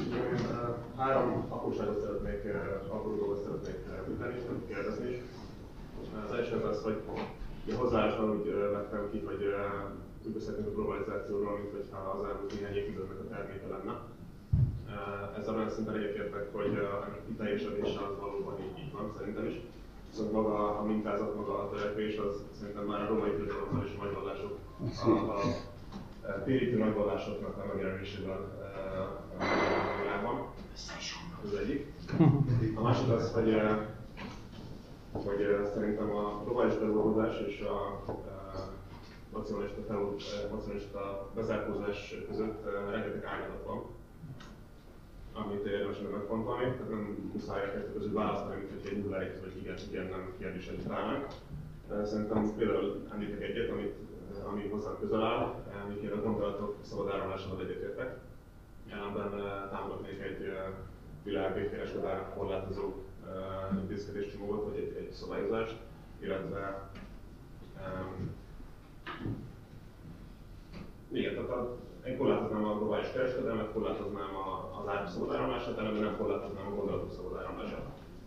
Három apróságot szeretnék, apró dolgot szeretnék üteni, kérdezni is. Az első az az, hogy a hozzáállásban úgy vettem ki, hogy úgy beszéltünk a globalizációról, mint hogyha az elmúlt néhány évtizednek a terméke lenne. Ezzel olyan szinten egyetértek, hogy a kiteljesedése az valóban így, így van, szerintem is. Viszont maga a mintázat, maga a törekvés, az szerintem már a római társadalomban is nagyvallások, a, a térítő nagyvallásoknak a megjelenésével a világban. Ez egyik. A másik az, hogy, hogy szerintem a globális beruházás és a nacionalista, nacionalista bezárkózás között rengeteg ágazat van, amit érdemes megfontolni, tehát nem muszáj a kettő közül választani, mint hogy egy nulláig vagy igen, igen, nem kérdésen találnánk. Szerintem például említek egyet, amit, ami hozzám közel áll, amikért a gondolatok szabad áramlásával egyetértek. Jelenben támogatnék egy világkereskedelmi korlátozó intézkedéscsomagot, vagy egy, egy szabályozást, illetve um, igen, tehát a, én korlátoznám a globális kereskedelmet, korlátoznám az áruk szabad áramlását, ellenben nem korlátoznám a gondolatok szabad áramlását.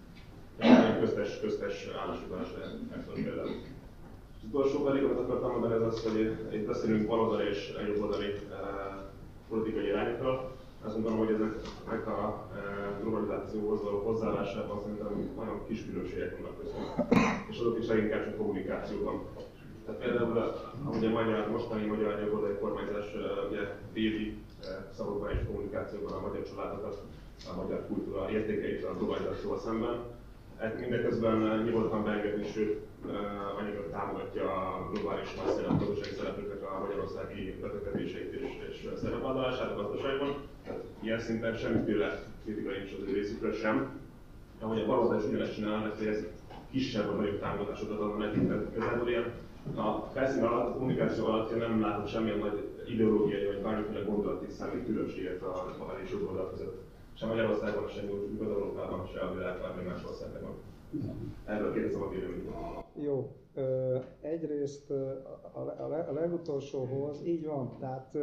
Egy köztes, köztes állásfoglalás lehet például. Az utolsó pedig, amit akartam mondani, ez az, hogy itt beszélünk baloldali és jobboldali eh, politikai irányokról. Azt mondom, hogy ezek a globalizációhoz való hozzáállásában szerintem nagyon kis különbségek vannak köztük. És azok is leginkább csak kommunikációban. Tehát például ahogy a magyar, mostani magyar jobboldali kormányzás ugye védi szavakban és kommunikációban a magyar családokat, a magyar kultúra értékeit a globalizációval szemben. Mindeközben nyugodtan beengedni, sőt anyagot támogatja a globális nagyszerűen gazdasági szereplőknek a magyarországi befektetéseit és, és szerepvállalását a gazdaságban. Tehát ilyen szinten semmiféle kritika nincs az ő részükről sem. Ahogy a baloldal is ugyanezt csinálnak, hogy ez kisebb vagy nagyobb támogatásokat adna nekik, tehát igazából ilyen a felszín alatt, a kommunikáció alatt én nem látok semmilyen nagy ideológiai vagy bármiféle gondolati számít különbséget a bal és jobb oldal között. Sem Magyarországon, sem Nyugat-Európában, sem a világ bármi más országban. Erről kérdezem a véleményét. Jó. Ö, egyrészt a, a, a legutolsóhoz így van, tehát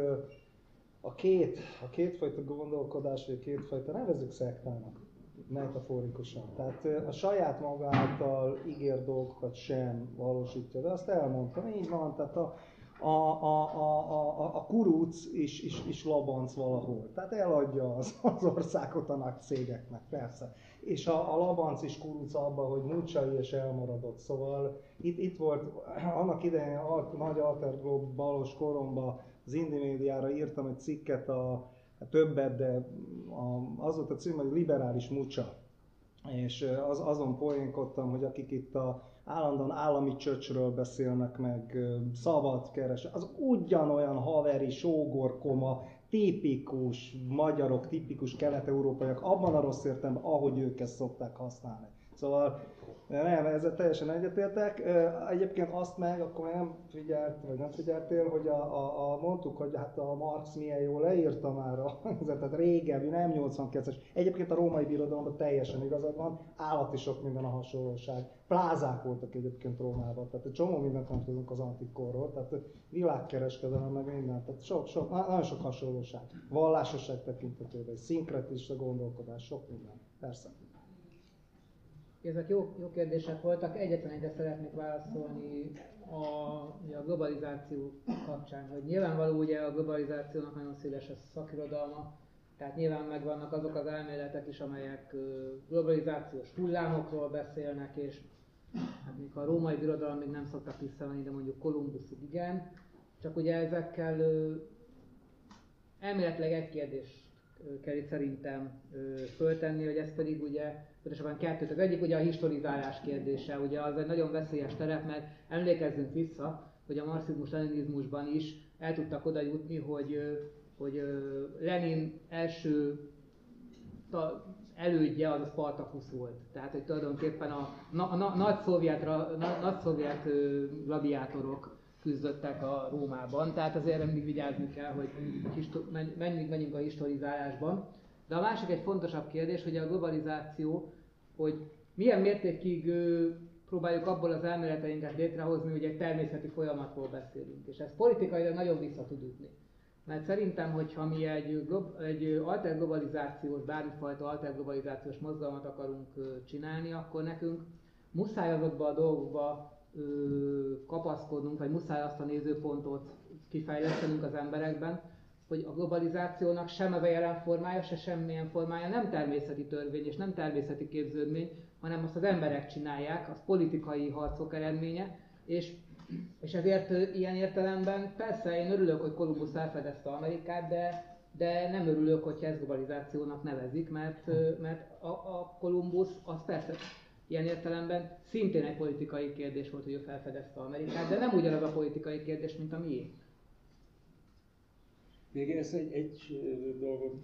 a két, a kétfajta gondolkodás, vagy a kétfajta, nevezzük szektának, metaforikusan. Tehát a saját maga által ígér dolgokat sem valósítja, de azt elmondtam, így van, tehát a, a, a, a, a, a kuruc is, is, is labanc valahol. Tehát eladja az, az országot a nagy cégeknek, persze. És a, a labanc is kuruc abban, hogy múlcsai és elmaradott. Szóval itt, itt volt, annak idején a nagy alterglob balos koromban az Indymédiára írtam egy cikket, a, a többet, de a, az volt a cím, hogy liberális mucsa. És az, azon poénkodtam, hogy akik itt a állandóan állami csöcsről beszélnek meg, szavat keres, az ugyanolyan haveri, sógorkoma, tipikus magyarok, tipikus kelet-európaiak, abban a rossz értelemben, ahogy ők ezt szokták használni. Szóval nem, ezzel teljesen egyetértek. Egyébként azt meg, akkor nem figyelt, vagy nem figyeltél, hogy a, a, a mondtuk, hogy hát a Marx milyen jól leírta már a tehát régebbi, nem nyolcvankilences. Egyébként a római birodalomban teljesen igazad van, állati sok minden a hasonlóság. Plázák voltak egyébként Rómában, tehát egy csomó mindent nem tudunk az antikkorról, tehát világkereskedelem meg minden, tehát sok, sok, nagyon sok hasonlóság. Vallásosság tekintetében, szinkretista gondolkodás, sok minden, persze. Ezek jó, jó kérdések voltak. Egyetlen egyre szeretnék válaszolni a, a globalizáció kapcsán, hogy nyilvánvaló ugye a globalizációnak nagyon széles a szakirodalma, tehát nyilván megvannak azok az elméletek is, amelyek globalizációs hullámokról beszélnek, és hát még a római birodalom még nem szoktak visszamenni, de mondjuk Kolumbuszig igen. Csak ugye ezekkel elméletileg egy kérdést kell itt szerintem föltenni, hogy ez pedig ugye pontosabban kettőt. Az egyik ugye a historizálás kérdése, ugye az egy nagyon veszélyes terep, mert emlékezzünk vissza, hogy a marxizmus-leninizmusban is el tudtak oda jutni, hogy, hogy Lenin első elődje az a Spartacus volt. Tehát, hogy tulajdonképpen a, a, a nagy szovjet, nagy szovjet gladiátorok küzdöttek a Rómában, tehát azért mindig vigyázni kell, hogy menjünk, menjünk a historizálásban. De a másik egy fontosabb kérdés, hogy a globalizáció, hogy milyen mértékig próbáljuk abból az elméleteinket létrehozni, hogy egy természeti folyamatról beszélünk. És ez politikailag nagyon vissza tud ütni. Mert szerintem, hogyha mi egy, egy alterglobalizációs, bármifajta alterglobalizációs mozgalmat akarunk csinálni, akkor nekünk muszáj azokba a dolgokba kapaszkodnunk, vagy muszáj azt a nézőpontot kifejlesztenünk az emberekben, hogy a globalizációnak sem a jelen formája, se semmilyen formája nem természeti törvény és nem természeti képződmény, hanem azt az emberek csinálják, az politikai harcok eredménye, és, és ezért ilyen értelemben persze én örülök, hogy Kolumbusz felfedezte Amerikát, de, de nem örülök, hogyha ezt globalizációnak nevezik, mert, mert a, a Kolumbusz az persze ilyen értelemben szintén egy politikai kérdés volt, hogy ő felfedezte Amerikát, de nem ugyanaz a politikai kérdés, mint a miénk. Még ezt egy, egy dolgot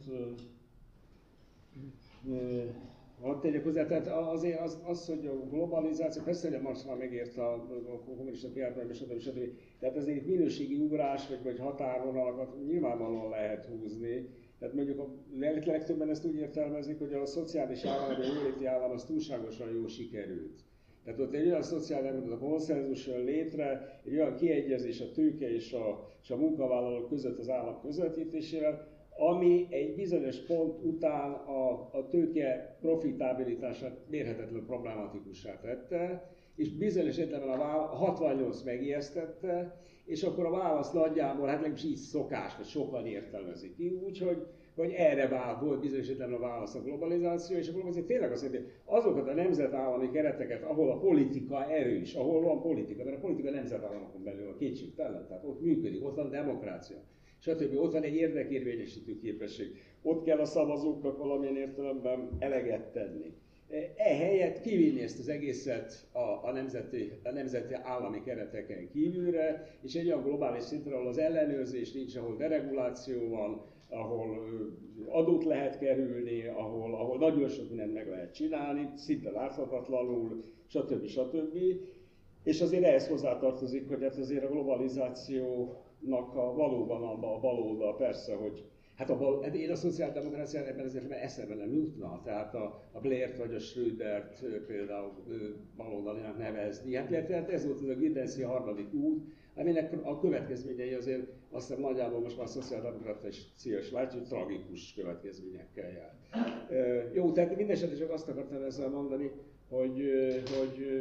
hadd tegyek hozzá, tehát azért az, az, hogy a globalizáció, persze, hogy a Marx már megérte a, a kommunista piárban, stb. stb. Tehát azért minőségi ugrás, vagy, vagy határvonalakat nyilvánvalóan lehet húzni. Tehát mondjuk a legtöbben ezt úgy értelmezik, hogy a szociális állam, vagy a jóléti állam az túlságosan jól sikerült. Tehát ott egy olyan szociális a konszenzus jön létre, egy olyan kiegyezés a tőke és a, és a munkavállalók között az állam közvetítésével, ami egy bizonyos pont után a, a tőke profitabilitását mérhetetlen problematikussá tette, és bizonyos értelemben a hatvannyolc megijesztette, és akkor a válasz nagyjából, hát legalábbis így szokás, vagy sokan értelmezik ki, úgyhogy hogy erre vált, volt bizonyos értelemben a válasz a globalizáció, és a globalizáció tényleg azt jelenti, azokat a nemzetállami kereteket, ahol a politika erős, ahol van politika, mert a politika nemzetállamokon belül a kétségtelen, tehát ott működik, ott van demokrácia, stb. Ott van egy érdekérvényesítő képesség, ott kell a szavazóknak valamilyen értelemben eleget tenni. Ehelyett kivinni ezt az egészet a, a, nemzeti, a nemzeti állami kereteken kívülre, és egy olyan globális szintre, ahol az ellenőrzés nincs, ahol dereguláció van, ahol adót lehet kerülni, ahol, ahol nagyon sok mindent meg lehet csinálni, szinte láthatatlanul, stb. stb. És azért ehhez hozzátartozik, hogy hát azért a globalizációnak a, valóban a, a baloldal persze, hogy hát a, én a szociáldemokráciát ebben azért eszembe nem jutna, tehát a, a Blair-t vagy a Schrödert például baloldalinak nevezni. Hát tehát ez volt az a Giddenszi harmadik út, aminek a következményei azért azt hiszem nagyjából most már a szociáldemokrácia is látja, hogy tragikus következményekkel jár. E, jó, tehát mindenesetre csak azt akartam ezzel mondani, hogy, hogy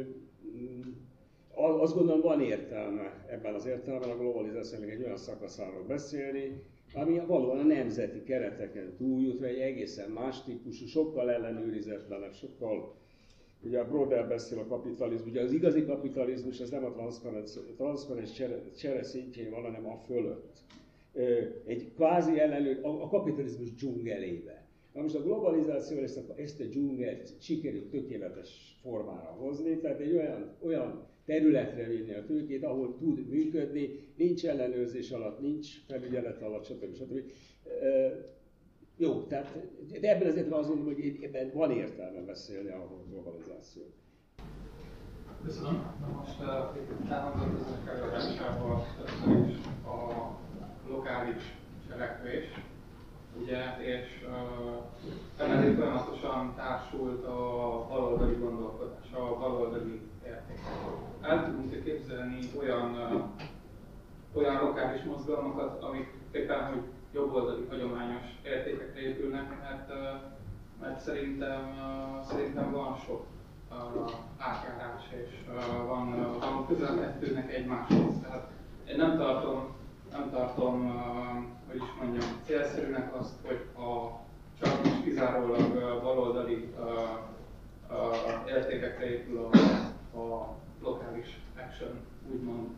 azt gondolom van értelme ebben az értelemben a globalizációnak egy olyan szakaszáról beszélni, ami valóban a nemzeti kereteken túljut, vagy egy egészen más típusú, sokkal ellenőrizetlenebb, sokkal, ugye a Brodel beszél a kapitalizmus, ugye az igazi kapitalizmus az nem a transzparens csere, csere szintjén van, hanem a fölött. Egy kvázi ellenőr, a, a kapitalizmus dzsungelébe. Na most a globalizáció ezt a, ezt a dzsungelt sikerült tökéletes formára hozni, tehát egy olyan, olyan területre vinni a tőkét, ahol tud működni, nincs ellenőrzés alatt, nincs felügyelet alatt, stb. stb. Jó, tehát de ebben az esetben azt mondom, hogy ebben van értelme beszélni a globalizációt. Köszönöm. Na most uh, elhangzott ezek előadásában többször is a lokális cselekvés, ugye, és uh, emellé folyamatosan társult a baloldali gondolkodás, a baloldali érték. El tudunk képzelni olyan, uh, olyan lokális mozgalmakat, amik éppen, hogy jobboldali hagyományos értékekre épülnek, mert, uh, mert szerintem, uh, szerintem van sok uh, átjárás, és uh, van, uh, van közel kettőnek egymáshoz. Tehát én nem tartom, nem tartom uh, hogy is mondjam, célszerűnek azt, hogy a csak is kizárólag uh, baloldali uh, uh, értékekre épül a, a lokális action, úgymond.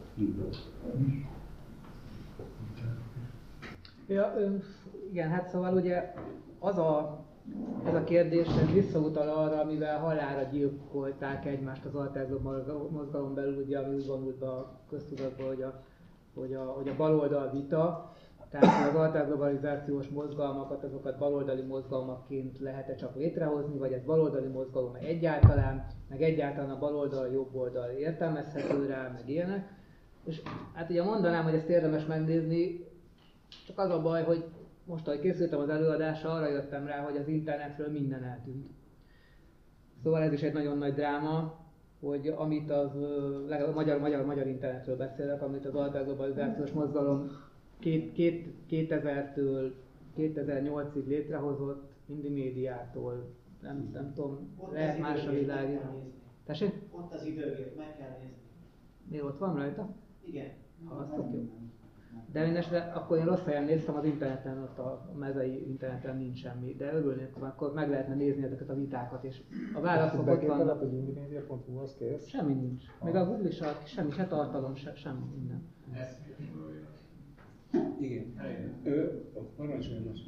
Ja, igen, hát szóval ugye az a, ez a kérdés ez visszautal arra, amivel halálra gyilkolták egymást az alternatív mozgalom belül, ugye, ami úgy vonult be a köztudatba, hogy a, hogy a, hogy a baloldal vita, tehát az alterglobalizációs mozgalmakat, azokat baloldali mozgalmakként lehet-e csak létrehozni, vagy ez baloldali mozgalom egyáltalán, meg egyáltalán a baloldal, jobb oldal értelmezhető rá, meg ilyenek. És hát ugye mondanám, hogy ezt érdemes megnézni, csak az a baj, hogy most, ahogy készültem az előadásra, arra jöttem rá, hogy az internetről minden eltűnt. Szóval ez is egy nagyon nagy dráma, hogy amit az, legalább magyar, magyar, magyar internetről beszélek, amit az alterglobalizációs mozgalom két, két, kétezertől kétezer-nyolcig létrehozott, Indi Médiától, nem, nem tudom, Ott lehet más a világ. Tessék? Ott az időgép, meg kell nézni. Mi ott van rajta? Igen. Ha azt tök jó. De mindenesetre akkor én rossz helyen néztem az interneten, ott a mezei interneten nincs semmi, de örülnék, akkor meg lehetne nézni ezeket a vitákat, és a válaszok ott vannak. hogy indimedia pont hu az kész? Semmi nincs. Még a Google is, semmi, se tartalom, se, semmi, minden. Igen. Parancsoljon most.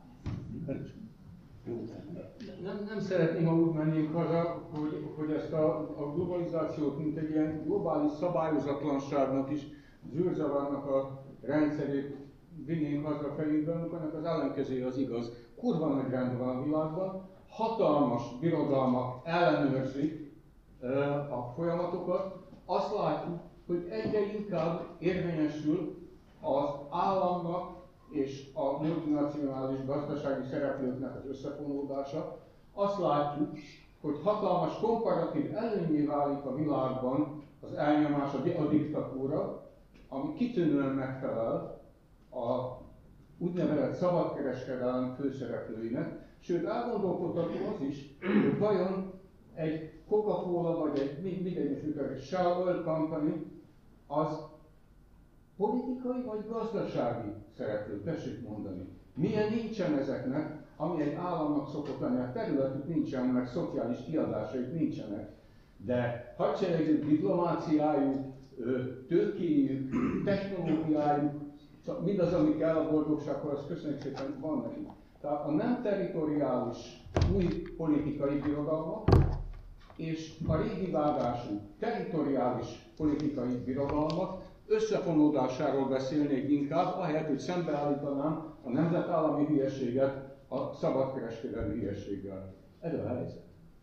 Nem, nem szeretném, ha úgy mennénk haza, hogy, hogy ezt a, a globalizációt, mint egy ilyen globális szabályozatlanságnak is, zűrzavarnak a rendszerét vinnénk haza a fejünkben, amikor az ellenkezője az igaz. Kurva nagy rend van a világban, hatalmas birodalmak ellenőrzik uh, a folyamatokat. Azt látjuk, hogy egyre inkább érvényesül az államnak és a multinacionális gazdasági szereplőknek az összefonódása. Azt látjuk, hogy hatalmas komparatív előnyé válik a világban az elnyomás, a diktatúra, ami kitűnően megfelel a úgynevezett szabadkereskedelem főszereplőinek, sőt elgondolkodható az is, hogy vajon egy Coca-Cola vagy egy mindegy, egy Shell Oil Company az politikai vagy gazdasági szereplő, tessék mondani. Milyen nincsen ezeknek, ami egy államnak szokott lenni, a területük nincsen, meg szociális kiadásaik nincsenek, de hadseregük, diplomáciájuk, tőkéjük, technológiájuk, mindaz, ami kell a boldogsághoz, az köszönjük szépen van nekik. Tehát a nem territoriális új politikai birodalmak és a régi vágású territoriális politikai birodalmak összefonódásáról beszélnék inkább, ahelyett, hogy szembeállítanám a nemzetállami hülyeséget a szabadkereskedelmi hülyeséggel. Ez a helyzet.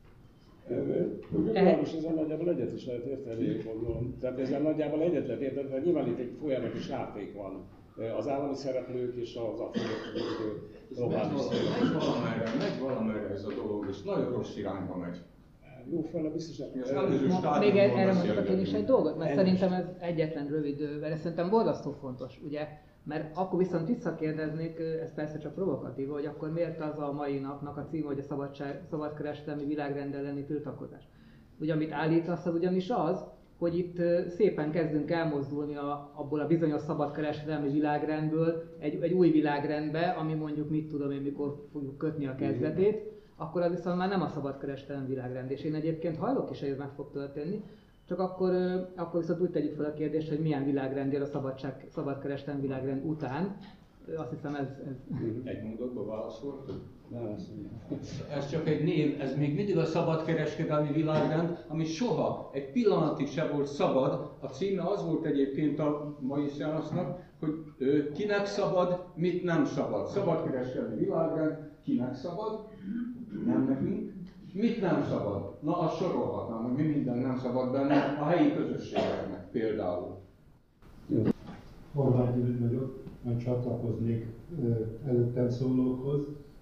Most ezzel nagyjából egyet is lehet érteni, gondolom. Tehát ezzel nagyjából egyet lehet érteni, mert nyilván itt egy folyamatos játék van. Az állami szereplők és az afrikai globális szereplők. Megy valamerre, megy valamerre ez a dolog, és nagyon rossz irányba megy. Jó fel, biztos nem. Még erre mondhatok én is egy dolgot, mert szerintem ez egyetlen rövid, mert szerintem borzasztó fontos, ugye? Mert akkor viszont visszakérdeznék, ez persze csak provokatív, hogy akkor miért az a mai napnak a címe, hogy a szabadság, szabadkereskedelmi világrend elleni tiltakozás. Ugye amit állítasz, az ugyanis az, hogy itt szépen kezdünk elmozdulni a, abból a bizonyos szabadkereskedelmi világrendből egy, egy új világrendbe, ami mondjuk mit tudom én, mikor fogjuk kötni a kezdetét, akkor az viszont már nem a szabadkereskedelmi világrend. És én egyébként hajlok is, hogy ez meg fog történni, csak akkor, akkor viszont úgy tegyük fel a kérdést, hogy milyen világrend él a szabadság, szabadkereskedelmi világrend után. azt hiszem ez... ez... Egy mondatban válaszoltok? Ez csak egy név, ez még mindig a szabadkereskedelmi világrend, ami soha egy pillanatig se volt szabad. A címe az volt egyébként a mai szeansznak, hogy ö, kinek szabad, mit nem szabad. Szabadkereskedelmi világrend, kinek szabad, nem nekünk, mit nem szabad. Na, azt sorolhatnám, hogy mi minden nem szabad benne a helyi közösségeknek például. Horváth György vagyok, majd csatlakoznék előttem szólókhoz.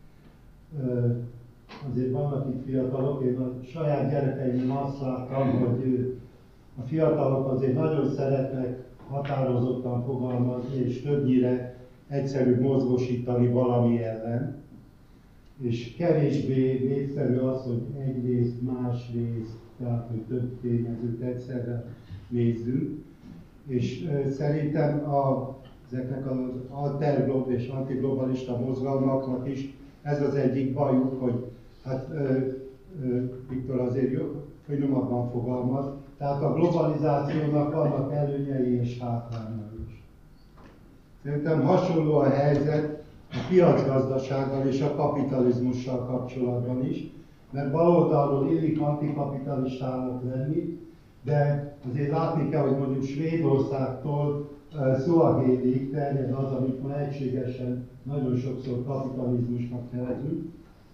Azért vannak itt fiatalok, én a saját gyerekeimben azt láttam, hogy a fiatalok azért nagyon szeretnek határozottan fogalmazni, és többnyire egyszerűbb mozgósítani valami ellen. És kevésbé népszerű az, hogy egyrészt, másrészt, tehát hogy több tényezőt egyszerre nézzünk. És szerintem a, ezeknek az alterglob és antiglobalista mozgalmaknak is ez az egyik bajuk, hogy hát ö, ö, Viktor azért jó, finomabban fogalmaz, tehát a globalizációnak vannak előnyei és hátrányai is. Szerintem hasonló a helyzet a piacgazdasággal és a kapitalizmussal kapcsolatban is, mert baloldalról illik antikapitalistának lenni, de azért látni kell, hogy mondjuk Svédországtól uh, Szuahélig terjed az, amit ma egységesen nagyon sokszor kapitalizmusnak nevezünk.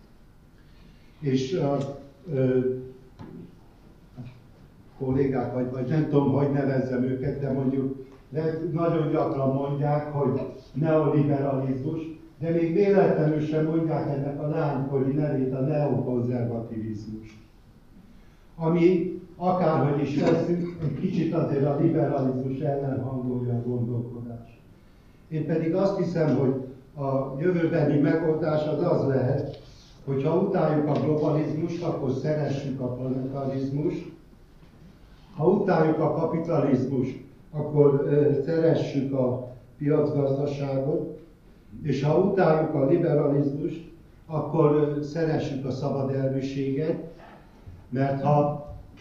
És a uh, uh, kollégák, vagy, vagy nem tudom, hogy nevezzem őket, de mondjuk de nagyon gyakran mondják, hogy neoliberalizmus, de még véletlenül sem mondják ennek a lánykori nevét, a neokonzervativizmus. Ami akárhogy is veszünk, egy kicsit azért a liberalizmus ellen hangolja a gondolkodást. Én pedig azt hiszem, hogy a jövőbeni megoldás az az lehet, hogy ha utáljuk a globalizmust, akkor szeressük a planetarizmust. Ha utáljuk a kapitalizmust, akkor ö, szeressük a piacgazdaságot. És ha utáljuk a liberalizmust, akkor ö, szeressük a szabadelműséget. Mert ha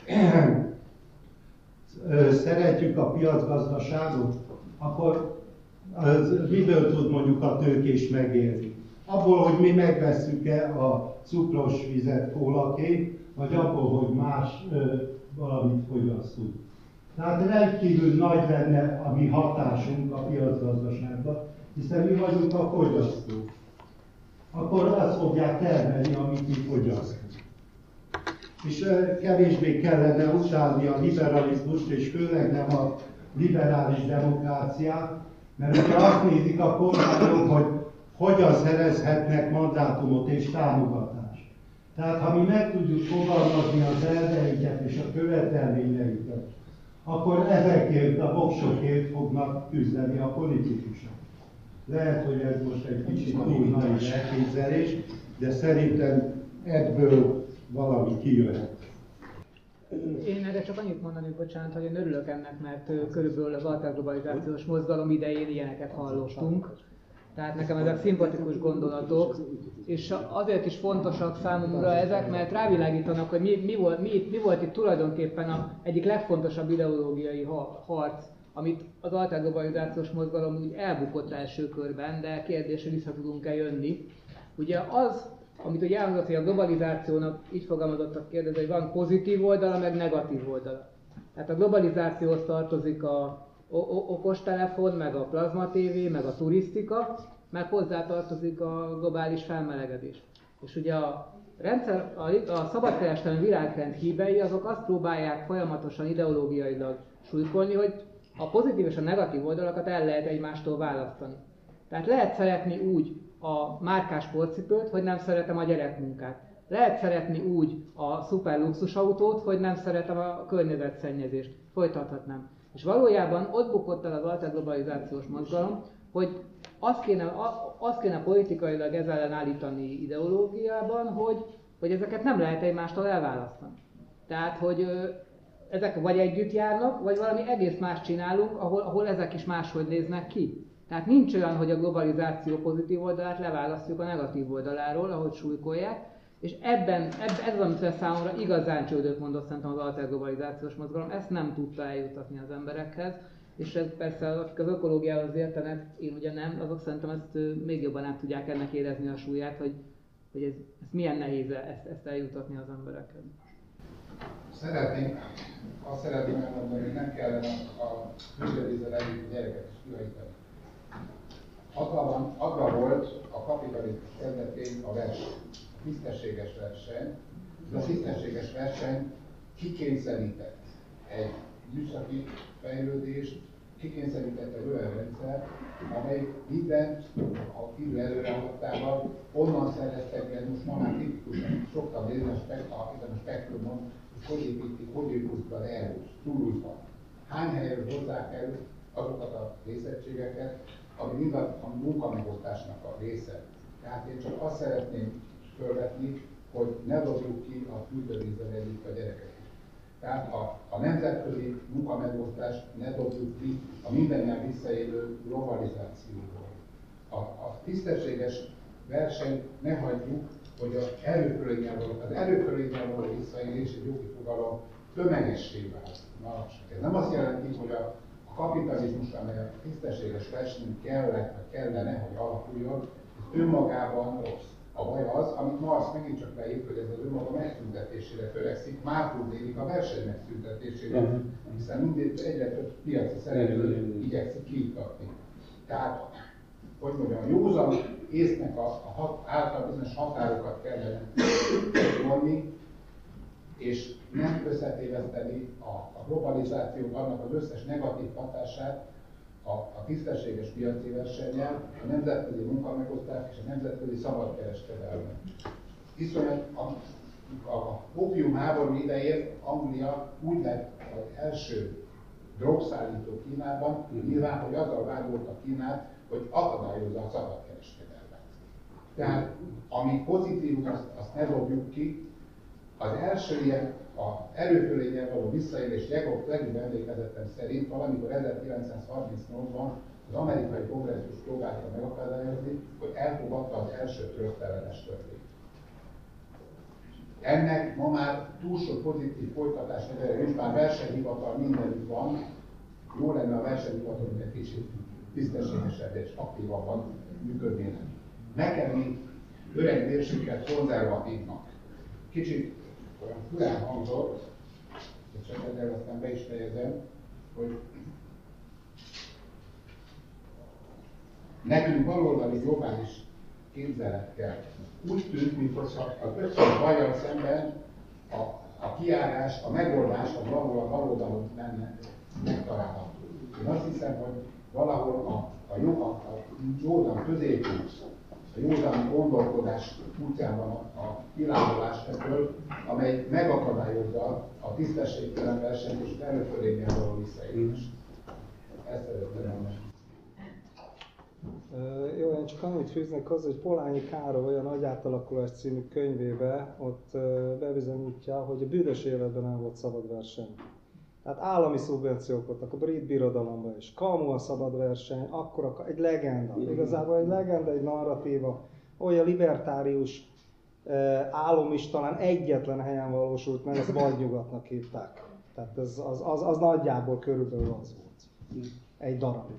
szeretjük a piacgazdaságot, akkor az miből tud mondjuk a tőkés megélni? Abból, hogy mi megvesszük-e a cukros vizet kólaként, vagy abból, hogy más ö, valamit fogyasztunk. Tehát rendkívül nagy lenne a mi hatásunk a piacgazdaságban, hiszen mi vagyunk a fogyasztók. Akkor azt fogják termelni, amit mi fogyasztunk. És kevésbé kellene utálni a liberalizmust, és főleg nem a liberális demokráciát, mert ha azt nézik a kormányok, hogy hogyan szerezhetnek mandátumot és támogatást. Tehát ha mi meg tudjuk fogalmazni az elveinket és a követelményeinket, akkor ezekért a voksokért fognak küzdeni a politikusok. Lehet, hogy ez most egy kicsit túl nagy elképzelés, de szerintem ebből valami kijöhet. Én erre csak annyit mondani, bocsánat, hogy én örülök ennek, mert körülbelül az alterglobalizációs mozgalom idején ilyeneket hallottunk. Tehát nekem ezek szimpatikus gondolatok, és azért is fontosak számomra ezek, mert rávilágítanak, hogy mi, mi, volt, mi, mi volt itt tulajdonképpen az egyik legfontosabb ideológiai harc, amit az alterglobalizációs mozgalom úgy elbukott első körben, de kérdésre vissza tudunk-e jönni. Ugye az, amit ugye elhangzott, hogy a globalizációnak így fogalmazottak kérdezni, hogy van pozitív oldala, meg negatív oldala. Tehát a globalizációhoz tartozik a okostelefon, meg a plazma tévé, meg a turisztika, meg hozzá tartozik a globális felmelegedés. És ugye a rendszer, a, a szabadkereskedelmi világrend hívei, azok azt próbálják folyamatosan ideológiailag súlykolni, hogy a pozitív és a negatív oldalakat el lehet egymástól választani. Tehát lehet szeretni úgy a márkás sportcipőt, hogy nem szeretem a gyerekmunkát. Lehet szeretni úgy a szuper luxusautót, hogy nem szeretem a környezetszennyezést. Folytathatnám. És valójában ott bukott el az alterglobalizációs mozgalom, hogy azt kéne, azt kéne politikailag ez ellen állítani ideológiában, hogy, hogy ezeket nem lehet egymástól elválasztani. Tehát, hogy ezek vagy együtt járnak, vagy valami egész más csinálunk, ahol, ahol ezek is máshogy néznek ki. Tehát nincs olyan, hogy a globalizáció pozitív oldalát leválasztjuk a negatív oldaláról, ahogy súlykolják, és ebben, ebben ez az, amit számomra igazán csődöt mondott szerintem az alterglobalizációs mozgalom, ezt nem tudta eljutatni az emberekhez, És ez persze, akik az ökológiához értenek, én ugye nem, azok szerintem ezt még jobban át tudják ennek érezni a súlyát, hogy, hogy ez, ez milyen nehéz ezt, ezt eljutatni az emberekhez. Szeretnénk, azt szeretném elmondani, hogy nem kellene a fürdővízzel együtt a gyereket is kihajtani. Adva volt a kapitalizmus kezdetén a verseny, a tisztességes verseny. Ez a tisztességes verseny kikényszerített egy műszaki fejlődést, kikényszerített egy olyan rendszer, amely mindent a idő előrehaladtával onnan szereztek el, most ma már tipikusan szoktam nézni a, spek- a, a spektrumon, hogy hogy építik, hogy építik az e u-t, Toulouse-ban. Hány helyen hozzák el azokat a részegységeket, ami mind a, a munkamegosztásnak a része. Tehát én csak azt szeretném fölvetni, hogy ne dobjuk ki a fürdővízzel együtt a gyereket. Tehát a, a nemzetközi munkamegosztást ne dobjuk ki a mindennel visszaélő globalizációból. A, a tisztességes versenyt ne hagyjuk, hogy az erőfölénnyel való, az erőfölénnyel való visszaélés, egy jogi fogalom, tömegessé vált. Ez nem azt jelenti, hogy a, a kapitalizmus, amely a tisztességes verseny kellett, vagy kellene, hogy alakuljon, ez önmagában rossz. A baj az, amit Marx megint csak leírt, hogy ez az önmaga megszüntetésére törekszik, Márkusz délik a verseny megszüntetésére, uh-huh. hiszen mindig egyre több piaci szereplő igyekszik kiiktatni. Tehát, hogy mondjam, józan észnek a, a hat, által bizonyos határokat kellene vonni, és nem összetéveszteni a, a globalizációk annak az összes negatív hatását, A, a tisztességes piaci versennyel, a nemzetközi munkamegosztás és a nemzetközi szabadkereskedelmet. Iszonyat a, a ópium háború idején Anglia úgy lett az első drogszállító Kínában, nyilván, hogy azzal vádolta Kínát, hogy akadályozza a szabadkereskedelmet. Tehát, ami pozitív, azt, azt ne dobjuk ki. Az első ilyen, az erőfölénnyel való visszaélés legjobb emlékezetem szerint valamikor ezerkilencszázharmincnyolcban az amerikai kongresszus próbálta megakadályozni, hogy elfogadta az első trösztellenes törvényt. Ennek ma már túl sok pozitív folytatás nevére nincs, már versenyhivatal mindenütt van, jó lenne a versenyhivatal, hogy egy kicsit tisztességesebb és aktívabban működnének. Nekem, mint öreg mérsékelt konzervatívnak, kicsit olyan furán hangzott, és csak ezzel aztán be is fejezem, hogy nekünk baloldali globális képzelet kell. Úgy tűnt, mintha az összes bajjal szemben a, a kiárás, a megoldás az valahol a baloldalon lenne megtalálható. Én azt hiszem, hogy valahol a, a, jó, a, a józan középút, a józan gondolkodás útján van a, a kilábalás ebből, amely megakadályozza a tisztességtelen versenyt és erőfölénnyel való visszaélést. Ezt szeretném mondani. Uh, jó, én csak annyit fűznék hozzá, hogy Polanyi Károly a Nagy átalakulás című könyvébe ott uh, bebizonyítja, hogy a büdös életben nem volt szabad verseny. Tehát állami szubvenciók voltak a brit birodalomban is. Kamu a szabad verseny, akkor egy legenda. Igazából egy legenda, egy narratíva, olyan libertárius uh, álom is talán egyetlen helyen valósult, mert ezt vadnyugatnak hívták. Tehát ez, az, az, az nagyjából körülbelül az volt. Egy darabig.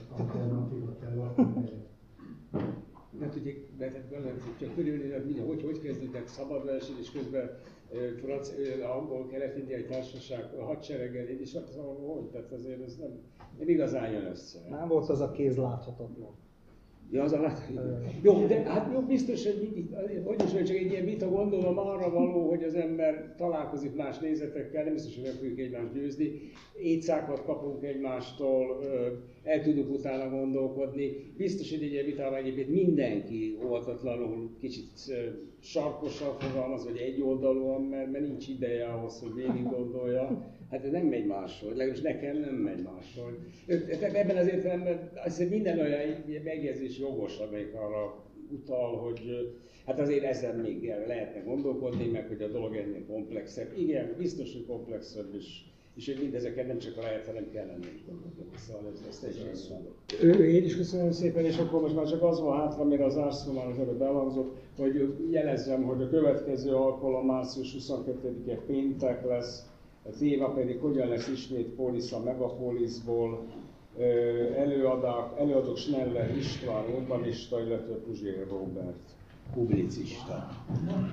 Nem tudják, mert csak körülnézni, hogy hogy kezdődtek szabad verseny, és közben francia, angol, kelet-indiai társaság, a hadsereggel, és hát hogy? Tehát azért ez nem, nem igazán jön össze. Nem volt az a kéz láthatatlan. Ja, az a láthatatlan. Jó, de hát jó, biztos, hogy mindig, hogy is, hogy csak egy ilyen vita gondolom arra való, hogy az ember találkozik más nézetekkel, nem biztos, hogy meg fogjuk egymást győzni, étszákat kapunk egymástól, el tudunk utána gondolkodni. Biztos, hogy egy ilyen vitában egyébként mindenki óvatatlanul kicsit sarkosan fogalmaz, vagy egyoldalúan, mert, mert nincs ideje ahhoz, hogy végig gondolja. Hát ez nem megy máshogy, legalábbis nekem nem megy máshogy. Ebben az értelemben azt hiszem minden olyan megjegyzés jogos, amelyik arra utal, hogy hát azért ezen még lehetne gondolkodni, meg hogy a dolog ennél komplexebb. Igen, biztos, hogy komplexebb, és, és hogy mindezeket nem csak lehet, hanem kellene is gondolkodni. Szóval ez, ez teljesen szó. Én is köszönöm szépen, és akkor most már csak az van hátra, mire az árszó már az előbb elhangzott, hogy jelezzem, hogy a következő alkalom március huszonkettedike péntek lesz, a téma pedig hogyan lesz ismét Polis a Megapolisból. Előadók, előadók Schneller István, urbanista, illetve Puzsér Róbert, publicista.